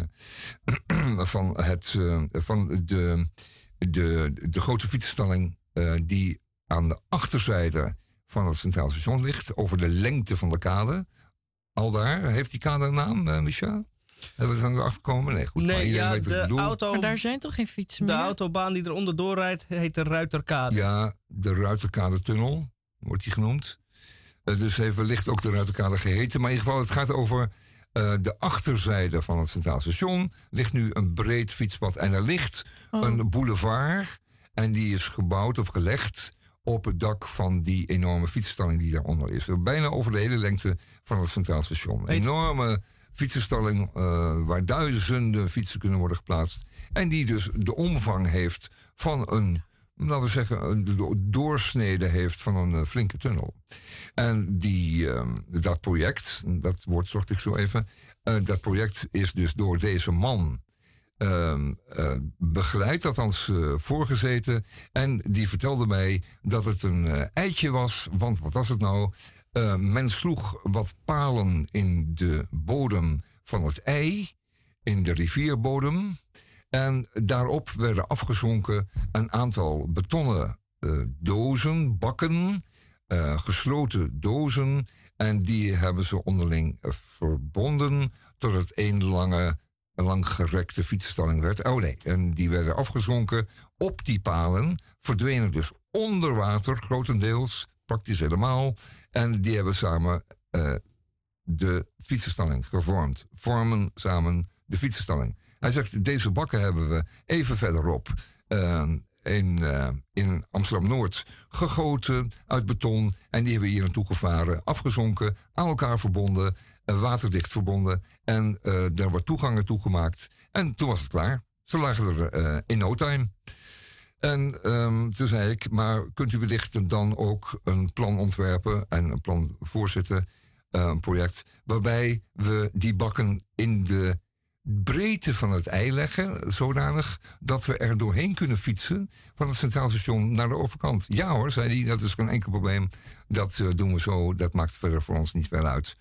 Van de grote fietsstalling die aan de achterzijde van het Centraal Station ligt, over de lengte van de kade. Al daar, heeft die kade een naam, Micha? Hebben we er achter gekomen? Nee, goed. Nee, ja, weet wat ik bedoel. Maar daar zijn toch geen fietsen meer? De autobaan die eronder doorrijdt heet de Ruiterkade. Ja, de Ruiterkade-tunnel wordt die genoemd. Dus heeft wellicht ook de Ruiterkade geheten. Maar in ieder geval, het gaat over de achterzijde van het Centraal Station. Ligt nu een breed fietspad. En er ligt een boulevard. En die is gebouwd of gelegd op het dak van die enorme fietsstalling die daaronder is. Bijna over de hele lengte van het Centraal Station. Een enorme fietsenstalling waar duizenden fietsen kunnen worden geplaatst. En die dus de omvang heeft van een, laten we zeggen, een doorsnede heeft van een flinke tunnel. En dat project, dat woord zocht ik zo even, dat project is dus door deze man begeleid, althans voorgezeten. En die vertelde mij dat het een eitje was, want wat was het nou? Men sloeg wat palen in de bodem van het ei, in de rivierbodem. En daarop werden afgezonken een aantal betonnen dozen, bakken, gesloten dozen. En die hebben ze onderling verbonden tot het één langgerekte fietsstalling werd. Oh nee, en die werden afgezonken op die palen, verdwenen dus onder water, grotendeels, praktisch helemaal. En die hebben samen de fietsenstalling gevormd. Vormen samen de fietsenstalling. Hij zegt, deze bakken hebben we even verderop in Amsterdam-Noord gegoten uit beton. En die hebben we hier naartoe gevaren, afgezonken, aan elkaar verbonden, waterdicht verbonden. En er wordt toegangen toegemaakt. En toen was het klaar. Ze lagen er in no time. En toen zei ik, maar kunt u wellicht dan ook een plan ontwerpen en een plan voorzitten, een project, waarbij we die bakken in de breedte van het ei leggen, zodanig dat we er doorheen kunnen fietsen van het Centraal Station naar de overkant. Ja hoor, zei hij, dat is geen enkel probleem. Dat doen we zo, dat maakt verder voor ons niet veel uit.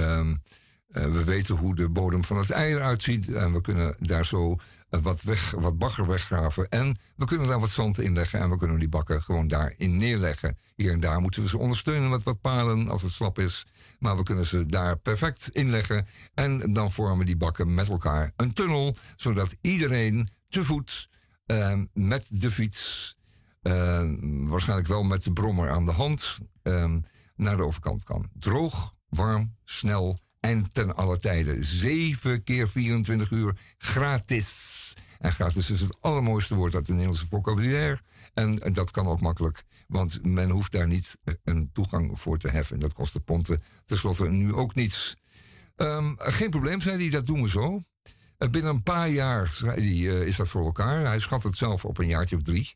We weten hoe de bodem van het ei eruit ziet en we kunnen daar zo wat bagger weggraven. En we kunnen daar wat zand in leggen en we kunnen die bakken gewoon daarin neerleggen. Hier en daar moeten we ze ondersteunen met wat palen als het slap is. Maar we kunnen ze daar perfect inleggen. En dan vormen die bakken met elkaar een tunnel, zodat iedereen te voet met de fiets, waarschijnlijk wel met de brommer aan de hand, naar de overkant kan. Droog, warm, snel en ten alle tijden. 7 keer 24 uur gratis. En gratis is het allermooiste woord uit het Nederlandse vocabulaire. En dat kan ook makkelijk, want men hoeft daar niet een toegang voor te heffen. Dat kost de ponten tenslotte nu ook niets. Geen probleem, zei hij, dat doen we zo. Binnen een paar jaar, zei hij, is dat voor elkaar. Hij schat het zelf op een jaartje of 3.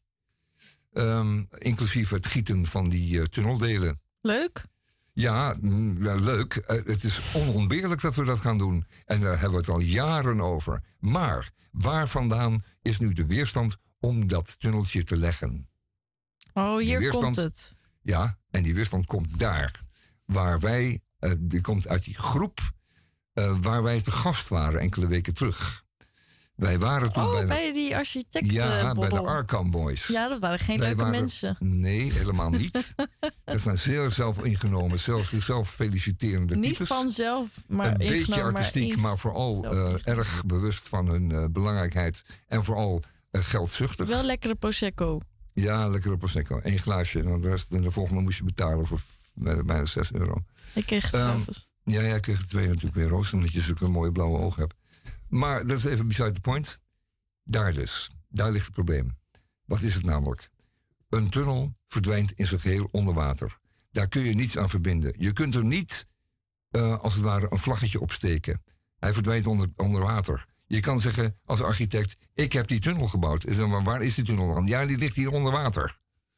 Inclusief het gieten van die tunneldelen. Leuk. Ja, leuk. Het is onontbeerlijk dat we dat gaan doen. En daar hebben we het al jaren over. Maar waar vandaan is nu de weerstand om dat tunneltje te leggen? Oh, hier komt het. Ja, en die weerstand komt daar. Waar wij, die komt uit die groep waar wij te gast waren enkele weken terug. Wij waren toen bij die architecten. Ja, bij de Arkham Boys. Ja, dat waren geen leuke mensen. Nee, helemaal niet. Dat zijn zeer zelfingenomen, zichzelf feliciterende types. Niet vanzelf, maar een beetje artistiek, maar vooral erg bewust van hun belangrijkheid. En vooral geldzuchtig. Wel lekkere Prosecco. Ja, lekkere Prosecco. 1 glaasje. En de volgende moest je betalen voor bijna €6. Ik kreeg het gratis. Ja, ik kreeg er 2 natuurlijk weer roos, omdat je zulke mooie blauwe ogen hebt. Maar dat is even beside the point. Daar dus. Daar ligt het probleem. Wat is het namelijk? Een tunnel verdwijnt in zijn geheel onder water. Daar kun je niets aan verbinden. Je kunt er niet, als het ware, een vlaggetje opsteken. Hij verdwijnt onder water. Je kan zeggen als architect, ik heb die tunnel gebouwd. Is dan, maar waar is die tunnel dan? Ja, die ligt hier onder water.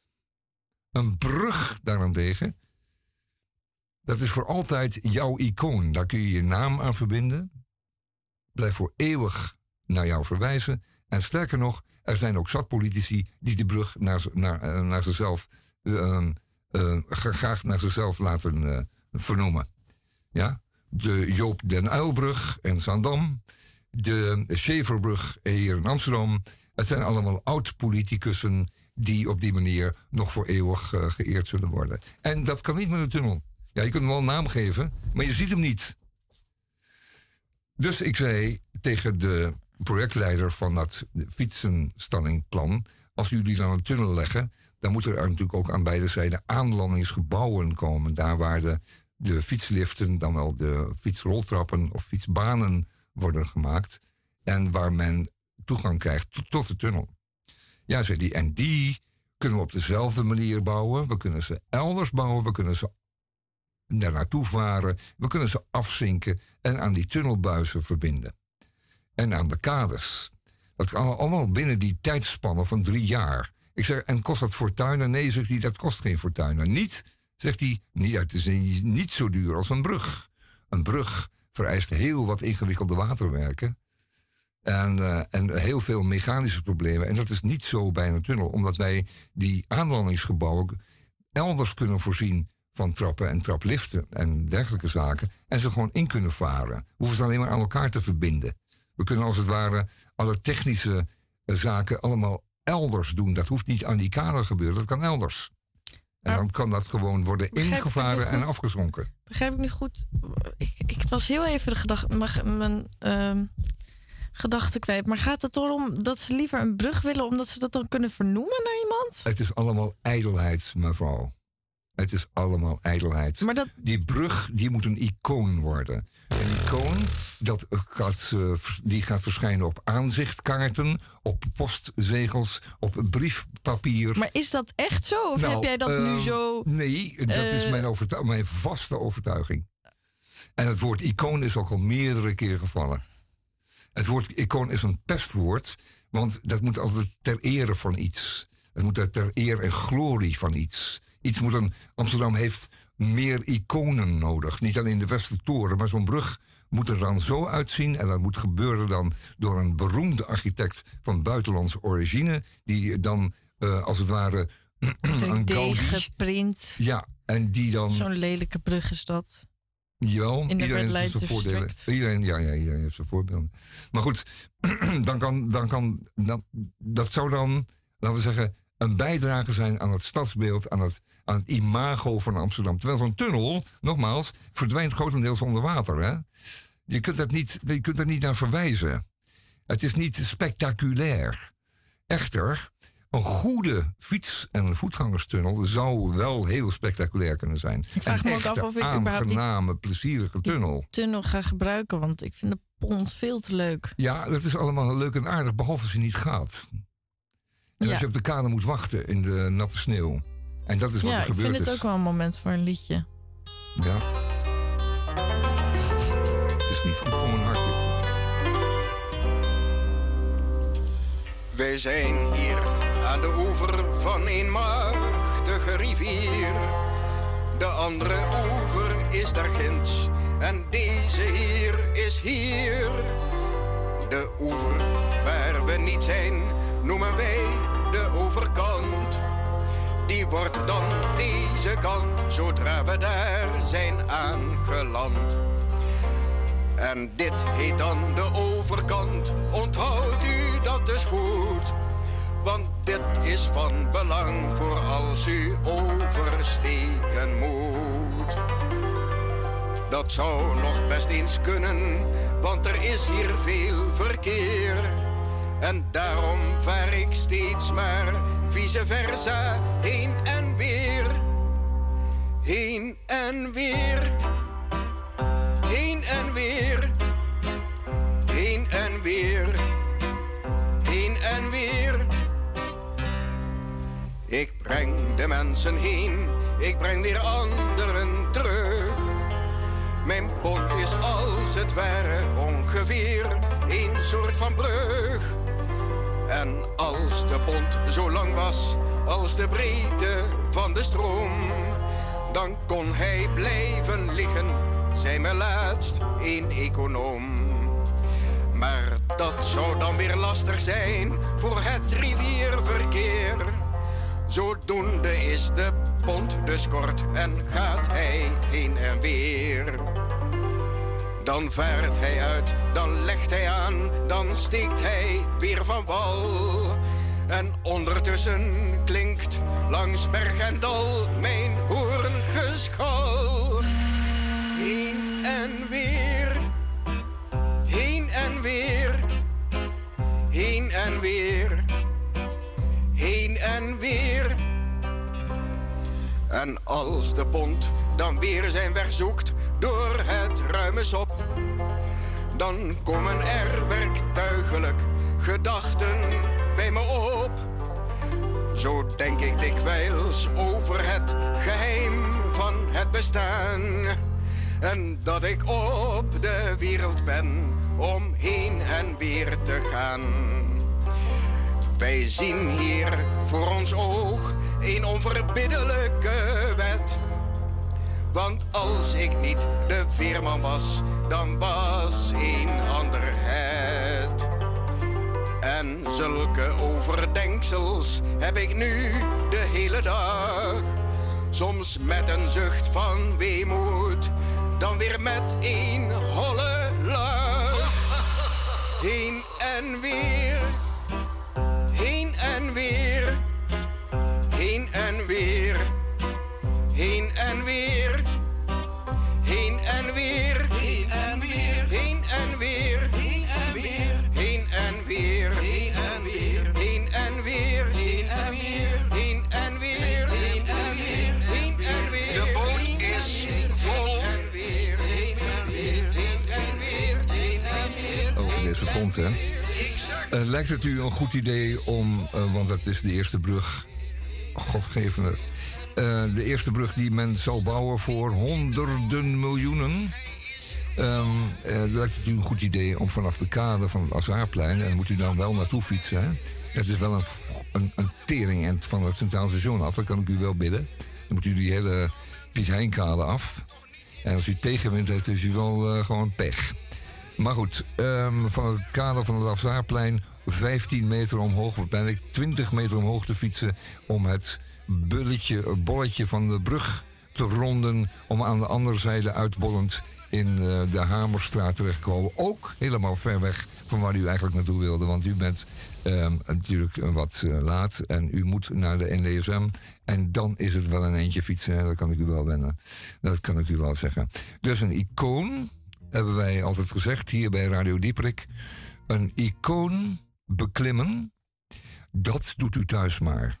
Een brug daarentegen, dat is voor altijd jouw icoon. Daar kun je je naam aan verbinden. Blijft voor eeuwig naar jou verwijzen. En sterker nog, er zijn ook zat politici die de brug naar zichzelf graag naar zichzelf laten vernoemen. Ja? De Joop den Uyl-brug in Zaandam, de Scheverbrug hier in Amsterdam. Het zijn allemaal oud-politicussen die op die manier nog voor eeuwig geëerd zullen worden. En dat kan niet met een tunnel. Ja, je kunt hem wel een naam geven, maar je ziet hem niet. Dus ik zei tegen de projectleider van dat fietsenstallingplan, als jullie dan een tunnel leggen, dan moeten er natuurlijk ook aan beide zijden aanlandingsgebouwen komen. Daar waar de fietsliften, dan wel de fietsroltrappen of fietsbanen worden gemaakt. En waar men toegang krijgt tot de tunnel. Ja, zei die. En die kunnen we op dezelfde manier bouwen. We kunnen ze elders bouwen. We kunnen ze daar naartoe varen. We kunnen ze afzinken en aan die tunnelbuizen verbinden. En aan de kades. Dat kan allemaal binnen die tijdspanne van 3 jaar. Ik zeg, en kost dat fortuinen? Nee, zegt hij, dat kost geen fortuinen. Niet, zegt hij, het is niet zo duur als een brug. Een brug vereist heel wat ingewikkelde waterwerken. En heel veel mechanische problemen. En dat is niet zo bij een tunnel. Omdat wij die aanlandingsgebouwen elders kunnen voorzien van trappen en trapliften en dergelijke zaken. En ze gewoon in kunnen varen. We hoeven ze alleen maar aan elkaar te verbinden. We kunnen als het ware alle technische zaken allemaal elders doen. Dat hoeft niet aan die kade gebeuren, dat kan elders. En dan kan dat gewoon worden ingevaren en afgezonken. Begrijp ik nu goed? Ik was heel even mijn gedachten kwijt. Maar gaat het erom dat ze liever een brug willen omdat ze dat dan kunnen vernoemen naar iemand? Het is allemaal ijdelheid, mevrouw. Het is allemaal ijdelheid. Maar die brug, die moet een icoon worden. Een icoon, die gaat verschijnen op aanzichtkaarten, op postzegels, op briefpapier. Maar is dat echt zo? Of heb jij dat nu zo? Nee, dat is mijn vaste overtuiging. En het woord icoon is ook al meerdere keren gevallen. Het woord icoon is een pestwoord, want dat moet altijd ter ere van iets. Het moet ter eer en glorie van iets. Amsterdam heeft meer iconen nodig. Niet alleen de Westertoren, maar zo'n brug moet er dan zo uitzien. En dat moet gebeuren dan door een beroemde architect van buitenlandse origine. Die dan, als het ware, een Gaudi geprint. Ja, en die dan... Zo'n lelijke brug is dat. Jawel, in de iedereen heeft zijn voordelen. Iedereen heeft zijn voorbeelden. Maar goed, dat zou dan, laten we zeggen, een bijdrage zijn aan het stadsbeeld, aan het imago van Amsterdam. Terwijl zo'n tunnel, nogmaals, verdwijnt grotendeels onder water. Hè? Je kunt er niet naar verwijzen. Het is niet spectaculair. Echter, een goede fiets- en voetgangerstunnel zou wel heel spectaculair kunnen zijn. Ik vraag me ook af of ik aangename, plezierige tunnel. Tunnel ga gebruiken, want ik vind de pont veel te leuk. Ja, dat is allemaal leuk en aardig, behalve als je niet gaat. En als je op de kade moet wachten in de natte sneeuw. En dat is wat er gebeurd is. Ja, ik vind het ook wel een moment voor een liedje. Ja. Het is niet goed voor mijn hart, dit. Wij zijn hier aan de oever van een machtige rivier. De andere oever is daar ginds en deze hier is hier. De oever waar we niet zijn noemen wij de overkant. Die wordt dan deze kant zodra we daar zijn aangeland. En dit heet dan de overkant, onthoudt u dat dus goed. Want dit is van belang voor als u oversteken moet. Dat zou nog best eens kunnen, want er is hier veel verkeer. En daarom vaar ik steeds maar vice versa heen en weer. Heen en weer. Heen en weer. Heen en weer. Heen en weer. Ik breng de mensen heen, ik breng weer anderen terug. Mijn pont is als het ware ongeveer een soort van brug. En als de pont zo lang was als de breedte van de stroom, dan kon hij blijven liggen, zei me laatst een econoom. Maar dat zou dan weer lastig zijn voor het rivierverkeer. Zodoende is de pont dus kort en gaat hij heen en weer. Dan vaart hij uit, dan legt hij aan, dan steekt hij weer van wal. En ondertussen klinkt langs berg en dal mijn hoorngeschal. Heen en weer, heen en weer, heen en weer, heen en weer. En als de pont dan weer zijn weg zoekt door het ruime sop, dan komen er werktuigelijk gedachten bij me op. Zo denk ik dikwijls over het geheim van het bestaan. En dat ik op de wereld ben om heen en weer te gaan. Wij zien hier voor ons oog een onverbiddelijke wet. Want als ik niet de veerman was, dan was een ander het. En zulke overdenksels heb ik nu de hele dag. Soms met een zucht van weemoed, dan weer met een holle lach. Heen en weer, heen en weer, heen en weer, heen en weer, heen en weer, heen en weer, heen en weer, heen en weer, heen en weer, heen en weer, heen en weer, heen en weer, heen en weer, heen en weer, heen en weer. De boot is vol. Over deze pont, hè? Lijkt het u een goed idee om, want dat is de eerste brug, godgevende, de eerste brug die men zal bouwen voor honderden miljoenen. Lijkt het u een goed idee om vanaf de kade van het Azzaarplein, en daar moet u dan wel naartoe fietsen, hè? Het is wel een tering van het Centraal Station af, dat kan ik u wel bidden. Dan moet u die hele Piet Heinkade af. En als u tegenwind heeft, is u wel gewoon pech. Maar goed, van het kade van het Azzaarplein 15 meter omhoog, ben ik 20 meter omhoog te fietsen om het bolletje van de brug te ronden, om aan de andere zijde uitbollend in de Hamerstraat terecht te komen. Ook helemaal ver weg van waar u eigenlijk naartoe wilde, want u bent natuurlijk wat laat en u moet naar de NDSM. En dan is het wel een eentje fietsen, dat kan ik u wel wennen. Dat kan ik u wel zeggen. Dus een icoon, hebben wij altijd gezegd hier bij Radio Dieperik. Een icoon beklimmen, dat doet u thuis maar.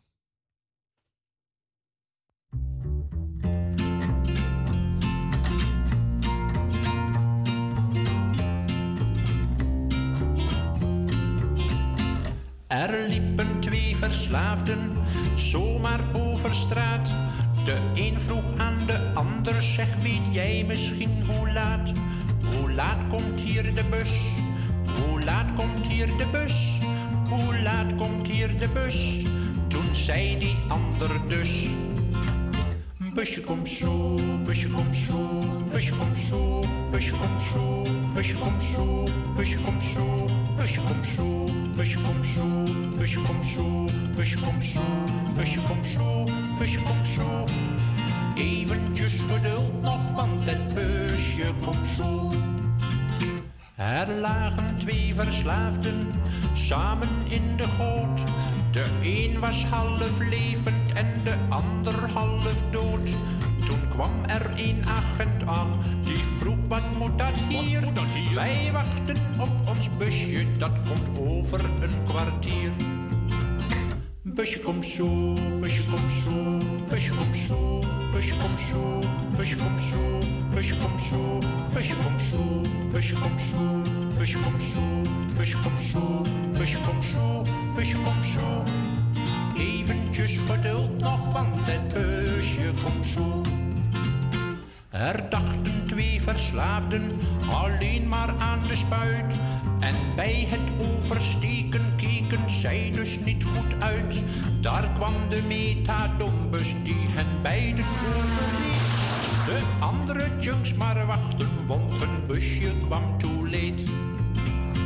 Er liepen 2 verslaafden zomaar over straat. De een vroeg aan de ander, zeg, weet jij misschien hoe laat? Hoe laat komt hier de bus? Hoe laat komt hier de bus? Hoe laat komt hier de bus? Toen zei die ander dus: busje komt zo, busje komt zo, busje komt zo, busje komt zo, busje komt zo, busje komt zo, busje komt zo, busje komt zo, busje komt zo, busje komt zo, busje komt zo, busje komt zo. Eventjes geduld nog, want het busje komt zo. Er lagen 2 verslaafden samen in de goot. De een was half levend en de ander half dood. Toen kwam er een agent aan, die vroeg: wat moet dat hier? Wij wachten op ons busje, dat komt over een kwartier. Busje komt zo, busje komt zo, busje komt zo, busje komt zo, busje komt zo, busje komt zo, busje komt zo, busje komt zo, busje komt zo, busje komt zo, busje komt zo, busje komt zo. Eventjes geduld nog, want het busje komt zo. Er dachten 2 verslaafden alleen maar aan de spuit. En bij het oversteken keken zij dus niet goed uit. Daar kwam de metadonbus die hen beiden overreed. De andere junks maar wachten, want hun busje kwam too late.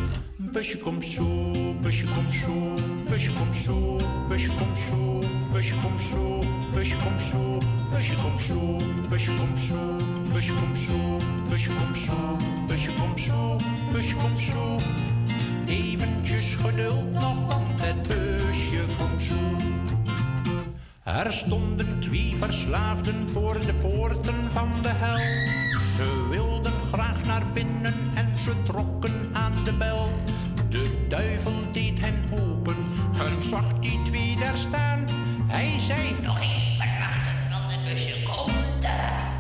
Busje komt zo, busje komt zo, busje komt zo, busje komt zo, busje komt zo, busje komt zo, busje komt zo, busje komt zo, busje komt zo, busje komt zo, busje komt zo, busje komt zo. Eventjes geduld nog, want het busje komt zo. Er stonden 2 verslaafden voor de poorten van de hel. Ze wilden graag naar binnen en ze trokken aan de bel. De duivel deed hen open en zag die 2 daar staan. Hij zei: nog even wachten, want het busje komt eraan.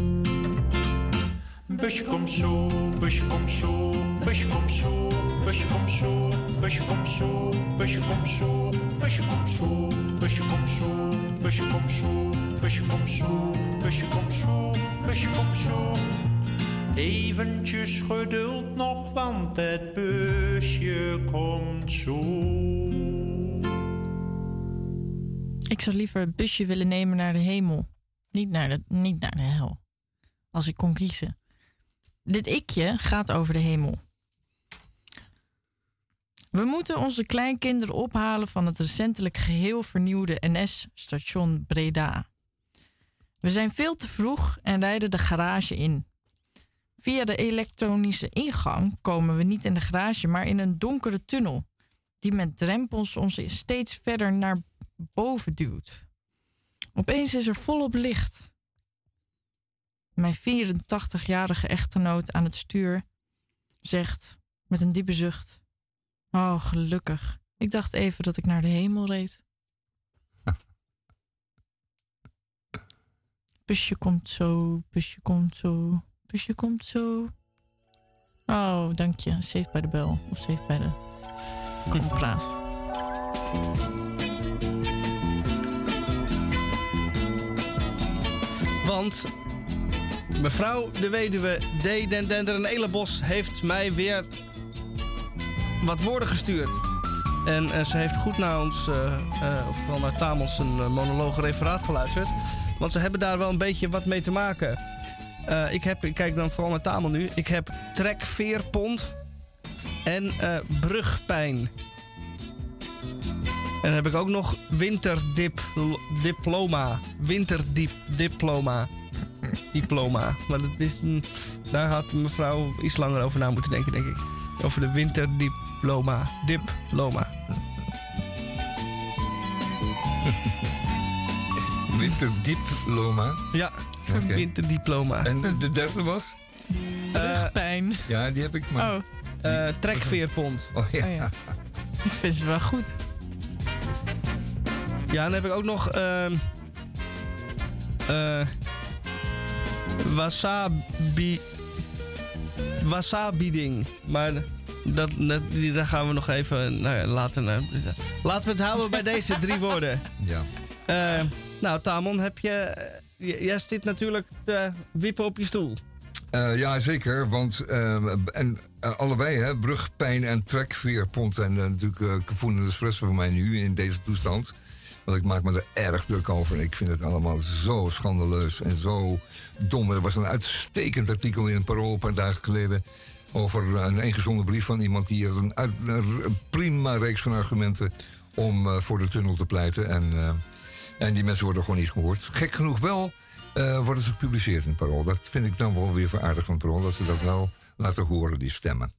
Busje komt zo, busje komt zo, busje komt zo, busje komt zo, busje komt zo, busje komt zo, busje komt zo, busje komt zo, busje komt zo, busje komt zo, busje komt zo, busje komt zo. Eventjes geduld nog, want het busje komt zo. Ik zou liever het busje willen nemen naar de hemel. Niet naar de hel. Als ik kon kiezen. Dit ikje gaat over de hemel. We moeten onze kleinkinderen ophalen van het recentelijk geheel vernieuwde NS-station Breda. We zijn veel te vroeg en rijden de garage in. Via de elektronische ingang komen we niet in de garage, maar in een donkere tunnel, die met drempels ons steeds verder naar boven duwt. Opeens is er volop licht. Mijn 84-jarige echtgenoot aan het stuur zegt met een diepe zucht: oh, gelukkig. Ik dacht even dat ik naar de hemel reed. Busje komt zo, busje komt zo, busje komt zo. Oh, dank je. Safe bij de bel. Of safe bij de praat. Want mevrouw de weduwe D. Den Dender en Elenbos heeft mij weer wat woorden gestuurd. En ze heeft goed naar ons, of vooral naar Tamons een monoloog referaat geluisterd. Want ze hebben daar wel een beetje wat mee te maken. Ik kijk dan vooral naar Tamon nu. Ik heb trekveerpont en brugpijn. En dan heb ik ook nog winterdiploma. Winterdiploma. Diploma. Maar dat is daar had mevrouw iets langer over na moeten denken, denk ik. Over de winterdiploma. Diploma. Winterdiploma? Ja, okay. Winterdiploma. En de derde was? Brugpijn. Ja, die heb ik maar. Trekveerpont. Oh ja. Oh, ja. Ik vind ze wel goed. Ja, dan heb ik ook nog wasabi-ding. Maar daar gaan we nog even later. Laten we het houden bij deze 3 woorden. Ja. Nou, Tamon, jij zit natuurlijk te wippen op je stoel. Ja, zeker. Want allebei, hè, brugpijn en trekveerpont zijn natuurlijk gevoelende stressen voor mij nu in deze toestand. Want ik maak me er erg druk over. Ik vind het allemaal zo schandaleus en zo dom. Er was een uitstekend artikel in het Parool een paar dagen geleden over een ingezonde brief van iemand die een prima reeks van argumenten om voor de tunnel te pleiten. En die mensen worden gewoon niet gehoord. Gek genoeg wel worden ze gepubliceerd in het Parool. Dat vind ik dan wel weer veraardigd van het Parool, dat ze dat wel laten horen, die stemmen.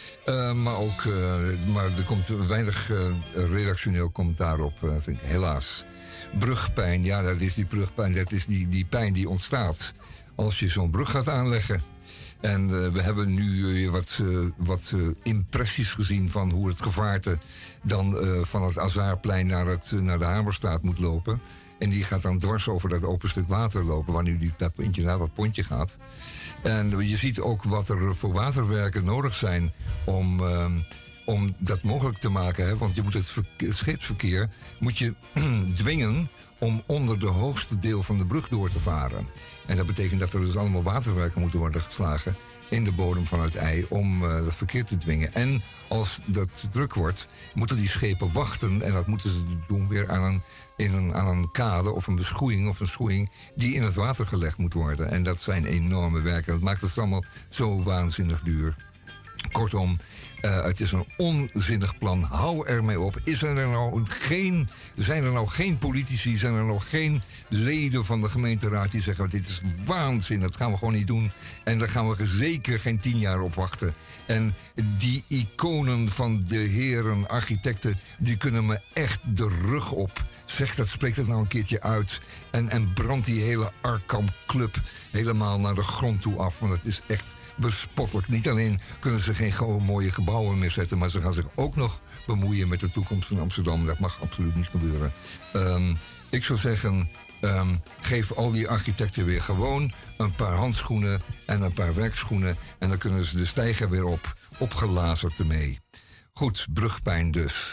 Maar er komt weinig redactioneel commentaar op, vind ik, helaas. Brugpijn, ja, dat is die brugpijn. Dat is die pijn die ontstaat als je zo'n brug gaat aanleggen. En we hebben nu weer wat impressies gezien van hoe het gevaarte dan van het Azaarplein naar de Hamerstraat moet lopen. En die gaat dan dwars over dat open stuk water lopen, waar nu dat naar dat pontje gaat. En je ziet ook wat er voor waterwerken nodig zijn om dat mogelijk te maken. Hè? Want je moet het scheepsverkeer moet je dwingen om onder de hoogste deel van de brug door te varen. En dat betekent dat er dus allemaal waterwerken moeten worden geslagen in de bodem van het IJ om dat verkeer te dwingen. En als dat druk wordt, moeten die schepen wachten. En dat moeten ze doen weer aan een kade of een schoeiing die in het water gelegd moet worden. En dat zijn enorme werken. Dat maakt het allemaal zo waanzinnig duur. Kortom, Het is een onzinnig plan. Hou ermee op. Zijn er nou geen politici, zijn er nog geen leden van de gemeenteraad die zeggen: dit is waanzin, dat gaan we gewoon niet doen. En daar gaan we zeker geen 10 jaar op wachten. En die iconen van de heren architecten, die kunnen me echt de rug op. Spreek dat nou een keertje uit. En brand die hele Arkham-club helemaal naar de grond toe af. Want het is echt bespottelijk. Niet alleen kunnen ze geen mooie gebouwen meer zetten, maar ze gaan zich ook nog bemoeien met de toekomst van Amsterdam. Dat mag absoluut niet gebeuren. Ik zou zeggen, geef al die architecten weer gewoon een paar handschoenen en een paar werkschoenen. En dan kunnen ze de steiger weer opgelazerd ermee. Goed, brugpijn dus.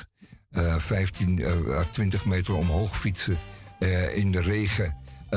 20 meter omhoog fietsen in de regen.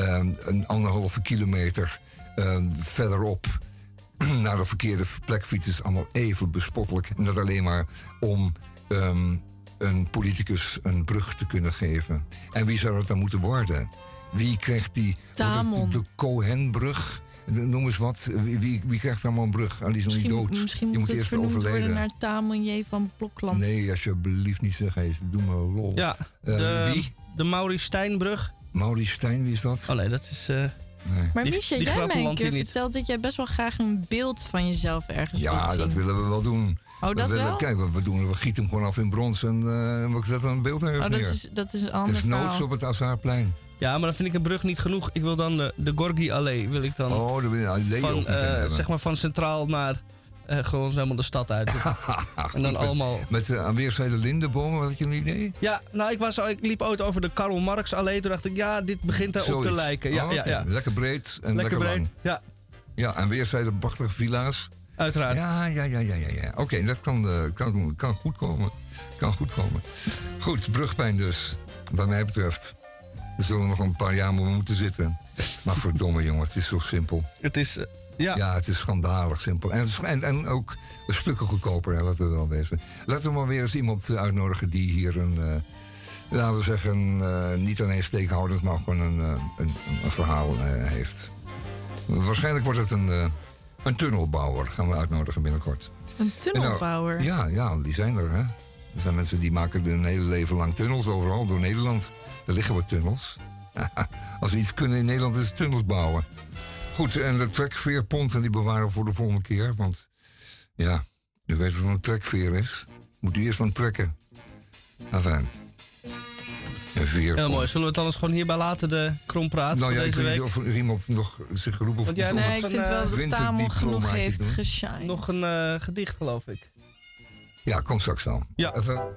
1,5 kilometer verderop naar de verkeerde plek fietsen is allemaal even bespottelijk. En dat alleen maar om een politicus een brug te kunnen geven. En wie zou dat dan moeten worden? Wie krijgt die... De Cohenbrug? Noem eens wat. Wie krijgt allemaal een brug? Die is nog niet dood. Misschien moet het eerst overlijden naar Tamon van Blokland. Nee, alsjeblieft niet zeggen. Doe maar lol. Ja, wie? De Maurice Stijnbrug. Maurice Stijn, wie is dat? Oh nee, dat is... Nee. Maar Misha, jij hebt mij een keer verteld dat jij best wel graag een beeld van jezelf ergens wilt zien. Ja, dat willen we wel doen. Oh, dat wel? Kijk, we gieten hem gewoon af in brons en we zetten een beeld ergens neer. Dat is een ander verhaal. Het is noods op het Azhaarplein. Ja, maar dan vind ik een brug niet genoeg. Ik wil dan de Gorky-allee, wil ik dan. Oh, daar wil je een allee van, op hebben. zeg maar van Centraal naar gewoon helemaal de stad uit. En dan allemaal... Met aan weerszijden lindenbomen, had je een idee? Ja, nou, ik liep ooit over de Karl Marx-allee. Toen dacht ik, ja, dit begint erop te lijken. Ja, ja. Lekker breed en lekker lang. Ja. Ja, aan weerszijden prachtige villa's. Uiteraard. Ja. Oké, dat kan goed komen. Kan goed komen. Goed, brugpijn dus, wat mij betreft. Er zullen nog een paar jaar moeten zitten. Maar verdomme jongen, het is zo simpel. Het is, ja, het is schandalig simpel. En ook een stukken goedkoper, hè, laten we wel wezen. Laten we maar weer eens iemand uitnodigen die hier een... laten we zeggen, niet alleen steekhoudend, maar gewoon een verhaal heeft. Waarschijnlijk wordt het een tunnelbouwer. Gaan we uitnodigen binnenkort. Een tunnelbouwer? Ja, die zijn er. Hè. Er zijn mensen die maken hun hele leven lang tunnels overal door Nederland. Er liggen wat tunnels. Als we iets kunnen in Nederland is het tunnels bouwen. Goed, en de trekveerponten die bewaren we voor de volgende keer. Want ja, u weet wat een trekveer is. Moet u eerst dan trekken. Enfin. Heel mooi. Zullen we het anders gewoon hierbij laten, de krompraat nou, voor deze week? Of er iemand nog zich geroepen of nee, ik vind wel dat Tamon genoeg heeft geshined. Nog een gedicht, geloof ik. Ja, kom straks wel. Ja.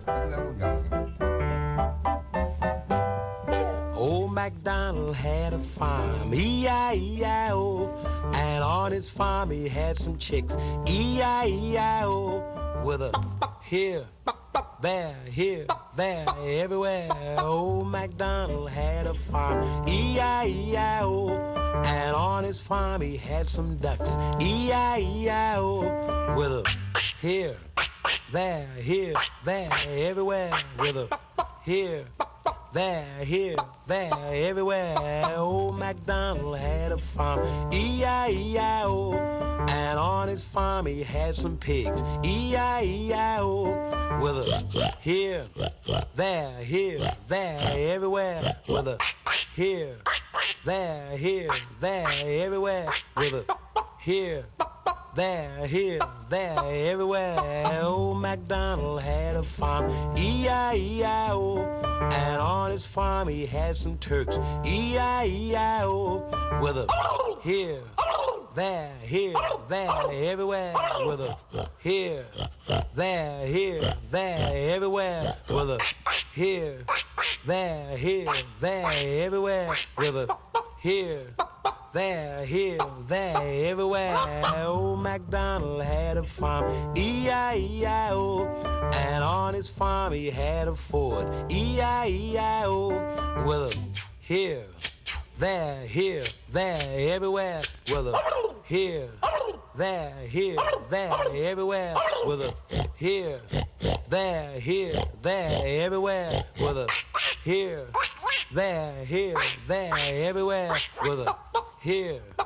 Old MacDonald had a farm, E-I-E-I-O. And on his farm he had some chicks, E-I-E-I-O. With a here, there, everywhere. Old MacDonald had a farm, E-I-E-I-O. And on his farm he had some ducks, E-I-E-I-O. With a here, there, everywhere. With a here, there, everywhere. Old MacDonald had a farm, E-I-E-I-O. And on his farm he had some pigs, E-I-E-I-O. With a here, there, everywhere. With a here, there, everywhere. With a here, there, everywhere. Old MacDonald had a farm, E-I-E-I-O. And on his farm he had some turks, E-I-E-I-O. With a here, there, everywhere. With a here, there, everywhere. With a here, there, everywhere. With a here, there, everywhere. Old MacDonald had a farm, E-I-E-I-O. And on his farm he had a Ford, E-I-E-I-O. With a here, there, everywhere. With a here, there, everywhere. With a here, there, everywhere. With a here, there, everywhere. With a here,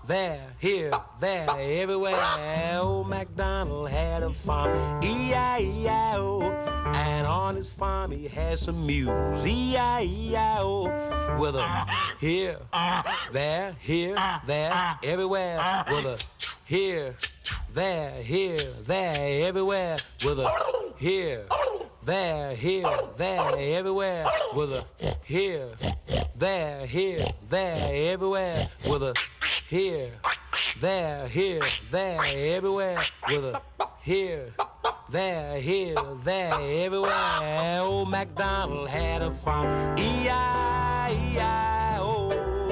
there, here, there, everywhere. Old MacDonald had a farm, E-I-E-I-O. And on his farm he had some mules, E-I-E-I-O. With a here, there, everywhere. With a here, there, everywhere. With a here, there, everywhere. With a here, there, everywhere. With a here, there, everywhere. With a here, there, everywhere. Old MacDonald had a farm, E-I-E-I-O.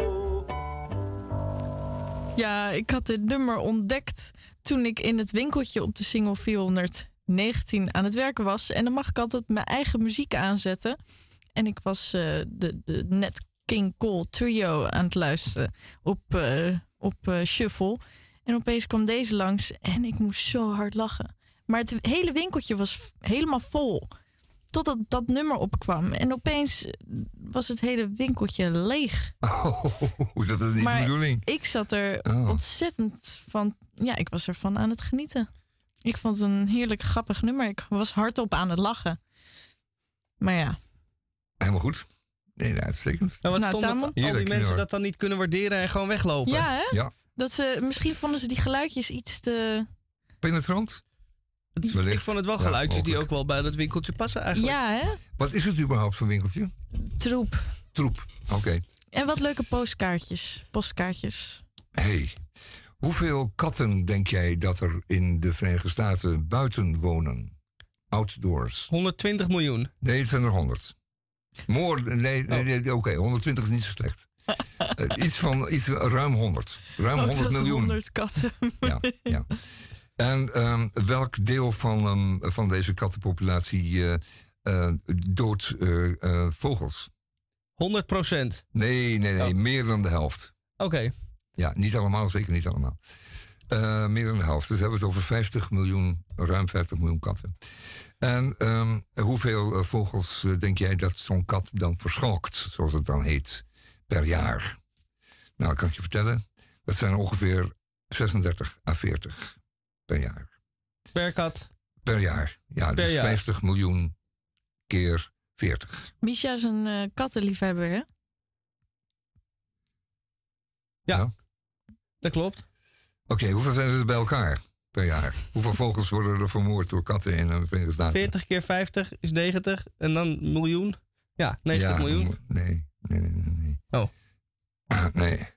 Ja, ik had dit nummer ontdekt toen ik in het winkeltje op de single 419 aan het werken was. En dan mag ik altijd mijn eigen muziek aanzetten. En ik was de Nat King Cole trio aan het luisteren op shuffle. En opeens kwam deze langs en ik moest zo hard lachen. Maar het hele winkeltje was helemaal vol. Totdat dat nummer opkwam. En opeens was het hele winkeltje leeg. Oh, dat is niet de bedoeling. Ik zat er ontzettend van... Ja, ik was ervan aan het genieten. Ik vond het een heerlijk grappig nummer. Ik was hardop aan het lachen. Maar ja. Helemaal goed. Nee, uitstekend. Nou, wat stond dat al die mensen hoor. dat dan niet kunnen waarderen en gewoon weglopen? Ja, hè? Ja. Dat ze, misschien vonden ze die geluidjes iets te... Penetrant? Ik vond het wel geluidjes die ook wel bij dat winkeltje passen eigenlijk. Ja, hè? Wat is het überhaupt voor winkeltje? Troep. Oké. En wat leuke postkaartjes. Hey, hoeveel katten denk jij dat er in de Verenigde Staten buiten wonen? Outdoors. 120 miljoen. Nee, het zijn er 100. Nee, oké, 120 is niet zo slecht. Ruim 100. Ruim 100 miljoen. 100 katten. Ja. En welk deel van deze kattenpopulatie doodt vogels? 100%? Nee, meer dan de helft. Oké. Ja, niet allemaal, zeker niet allemaal. Meer dan de helft. Dus hebben we het over 50 miljoen, ruim 50 miljoen katten. En hoeveel vogels denk jij dat zo'n kat dan verschalkt, zoals het dan heet, per jaar? Nou, dat kan ik je vertellen. Dat zijn ongeveer 36 à 40 per jaar. Per kat? Per jaar. Ja, per dus jaar. 50 miljoen keer 40. Misha is een kattenliefhebber, hè? Ja. Dat klopt. Oké, hoeveel zijn er bij elkaar per jaar? Hoeveel vogels worden er vermoord door katten in de Verenigde Staten? 40 keer 50 is 90 en dan miljoen. Ja, 90 miljoen. Nee. Oh. Nee,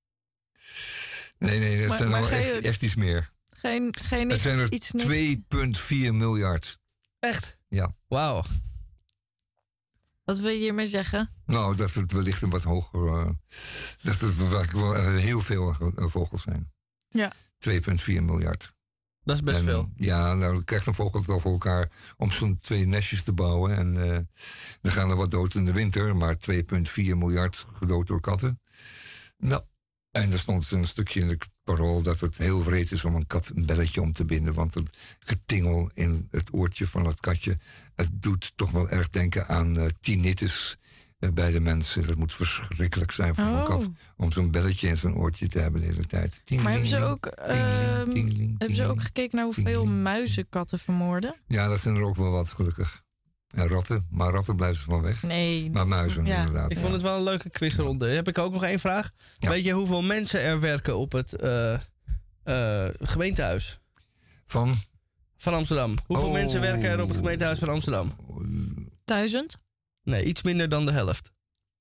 dat zijn wel echt iets meer. Geen het zijn er 2,4 miljard. Echt? Ja. Wauw. Wat wil je hiermee zeggen? Nou, dat het wellicht een wat hoger... dat het wel heel veel vogels zijn. Ja. 2,4 miljard. Dat is best veel. Ja, nou dan krijgt een vogel het wel voor elkaar om zo'n 2 nestjes te bouwen. En dan gaan er wat dood in de winter, maar 2,4 miljard gedood door katten. Nou, en er stond een stukje in het parool dat het heel vreed is om een kat een belletje om te binden. Want het getingel in het oortje van het katje, het doet toch wel erg denken aan tinnitus bij de mensen. Dat moet verschrikkelijk zijn voor een kat om zo'n belletje in zijn oortje te hebben de hele tijd. Maar hebben ze ook gekeken naar hoeveel muizen katten vermoorden? Ja, dat zijn er ook wel wat, gelukkig. En ratten, maar ratten blijven van weg. Nee. Maar muizen, inderdaad. Ik vond het wel een leuke quizronde. Heb ik ook nog één vraag. Ja. Weet je hoeveel mensen er werken op het gemeentehuis? Van Amsterdam. Hoeveel mensen werken er op het gemeentehuis van Amsterdam? 1000? Nee, iets minder dan de helft.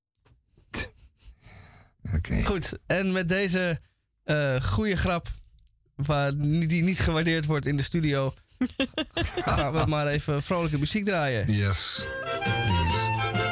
Okay. Goed, en met deze goede grap, die niet gewaardeerd wordt in de studio, gaan we maar even vrolijke muziek draaien. Yes, please.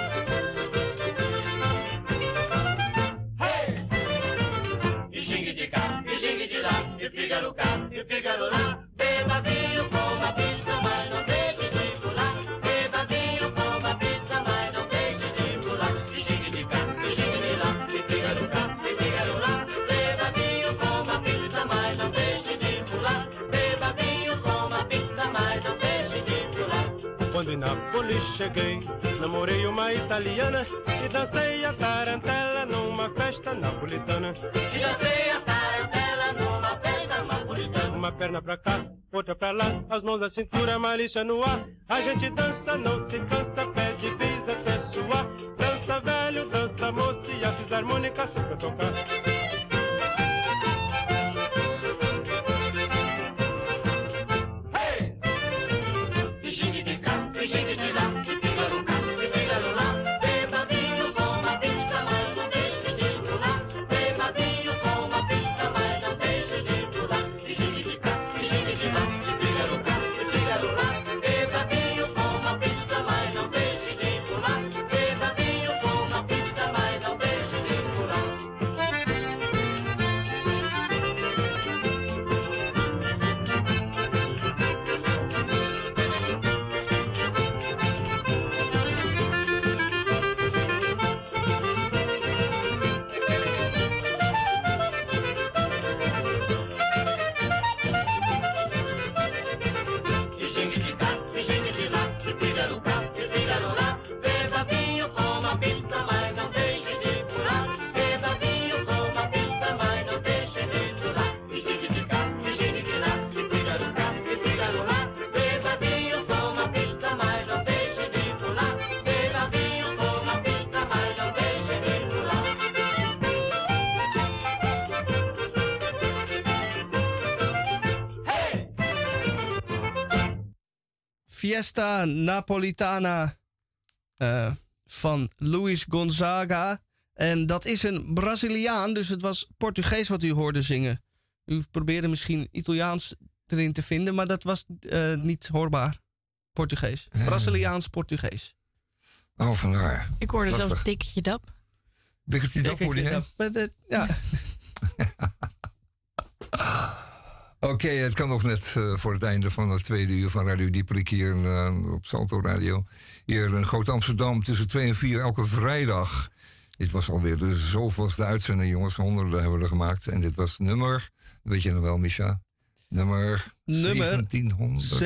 Hey! Je zingt je ka, je zingt je la, je Figaro ka, je Figaro la. Beba vio con la pizza, ma non deixe di volar. Beba vio con la pizza, ma non deixe di volar. Je zingt je ka, je zingt je la, je Figaro ka, je Figaro la. Beba vio con la pizza, ma non deixe di volar. Beba vio con la pizza, ma non deixe di volar. Quando in Napoli cheguei, namorei uma italiana e dancei a tarantela numa festa napolitana. E dancei a tarantela perna pra cá, outra pra lá, as mãos na cintura, malícia no ar. A gente dança, não se cansa, pede bis até suar. Dança velho, dança moço e a fisarmônica sempre a tocar. Fiesta Napolitana van Luis Gonzaga. En dat is een Braziliaan, dus het was Portugees wat u hoorde zingen. U probeerde misschien Italiaans erin te vinden, maar dat was niet hoorbaar. Portugees. Braziliaans-Portugees. Oh, vandaar. Ik hoorde Lastig. zelfs Dikketje Dap. Dikketje Dap hoorde je? Ja. Oké, het kan nog net voor het einde van het tweede uur van Radio Dieperik hier op Salto Radio. Hier in Groot Amsterdam tussen 2 en 4 elke vrijdag. Dit was alweer de zoveelste uitzending, jongens. 100 hebben we er gemaakt. En dit was nummer, weet je nog wel, Misha? Nummer 1700.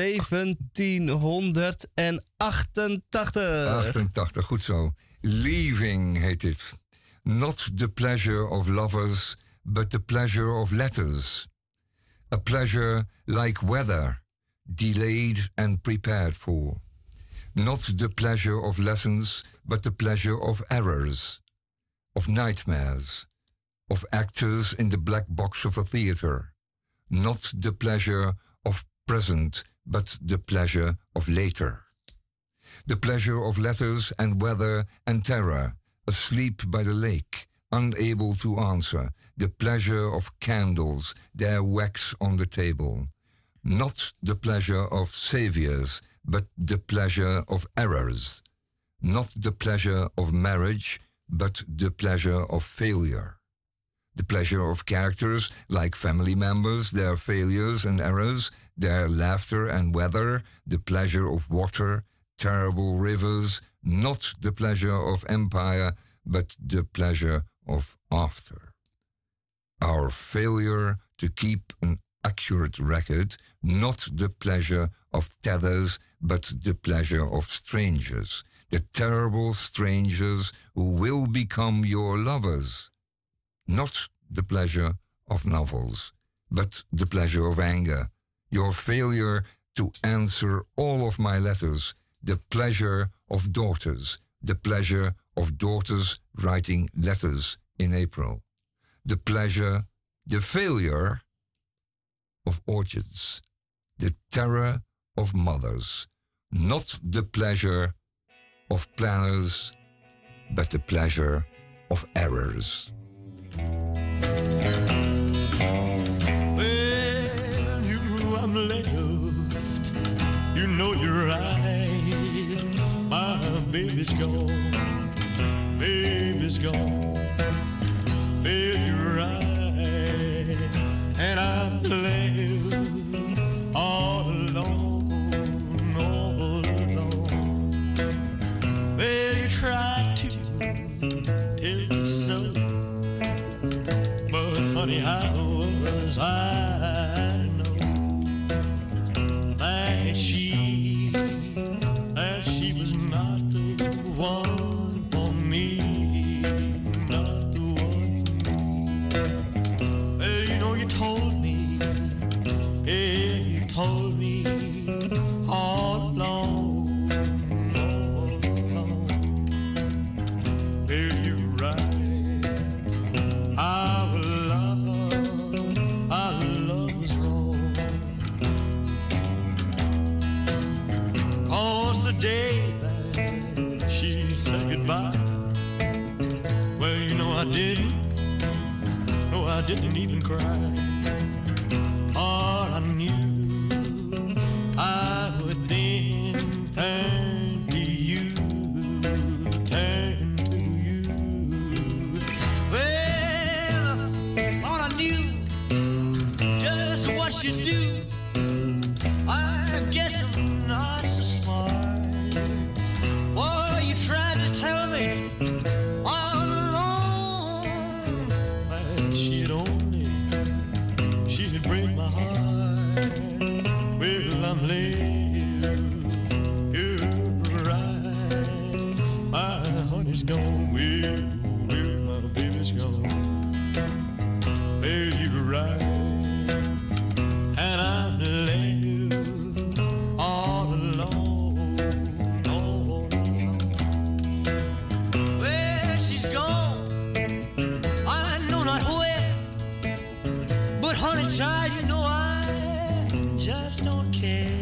1788. 88, goed zo. Leaving heet dit. Not the pleasure of lovers, but the pleasure of letters. A pleasure like weather, delayed and prepared for. Not the pleasure of lessons, but the pleasure of errors, of nightmares, of actors in the black box of a theater. Not the pleasure of present, but the pleasure of later. The pleasure of letters and weather and terror, asleep by the lake, unable to answer. The pleasure of candles, their wax on the table. Not the pleasure of saviors, but the pleasure of errors. Not the pleasure of marriage, but the pleasure of failure. The pleasure of characters like family members, their failures and errors, their laughter and weather, the pleasure of water, terrible rivers, not the pleasure of empire, but the pleasure of after. Our failure to keep an accurate record, not the pleasure of tethers, but the pleasure of strangers, the terrible strangers who will become your lovers. Not the pleasure of novels, but the pleasure of anger, your failure to answer all of my letters, the pleasure of daughters, the pleasure of daughters writing letters in April, the pleasure, the failure of orchids, the terror of mothers, not the pleasure of planners, but the pleasure of errors. Well, I'm left. You know you're right. My baby's gone. Baby's gone. Well, you're right. And I'm left all alone, all alone. Well, you tried to tell me so. But honey, how was I know that she was not the one for me, not the one for me. Well, you know you told me I didn't. No, I didn't even cry. All I knew I would then turn to you, turn to you. Well, all I knew just what you do. I guess I'm not so smart. Boy, you tried to tell me all along that she'd break my heart. Well, I'm late, you're right. My honey's gone, well, my baby's gone. Well, you're right, and I'm late all alone, all alone. Well, she's gone, I know not where, but honey child, you know I just don't care.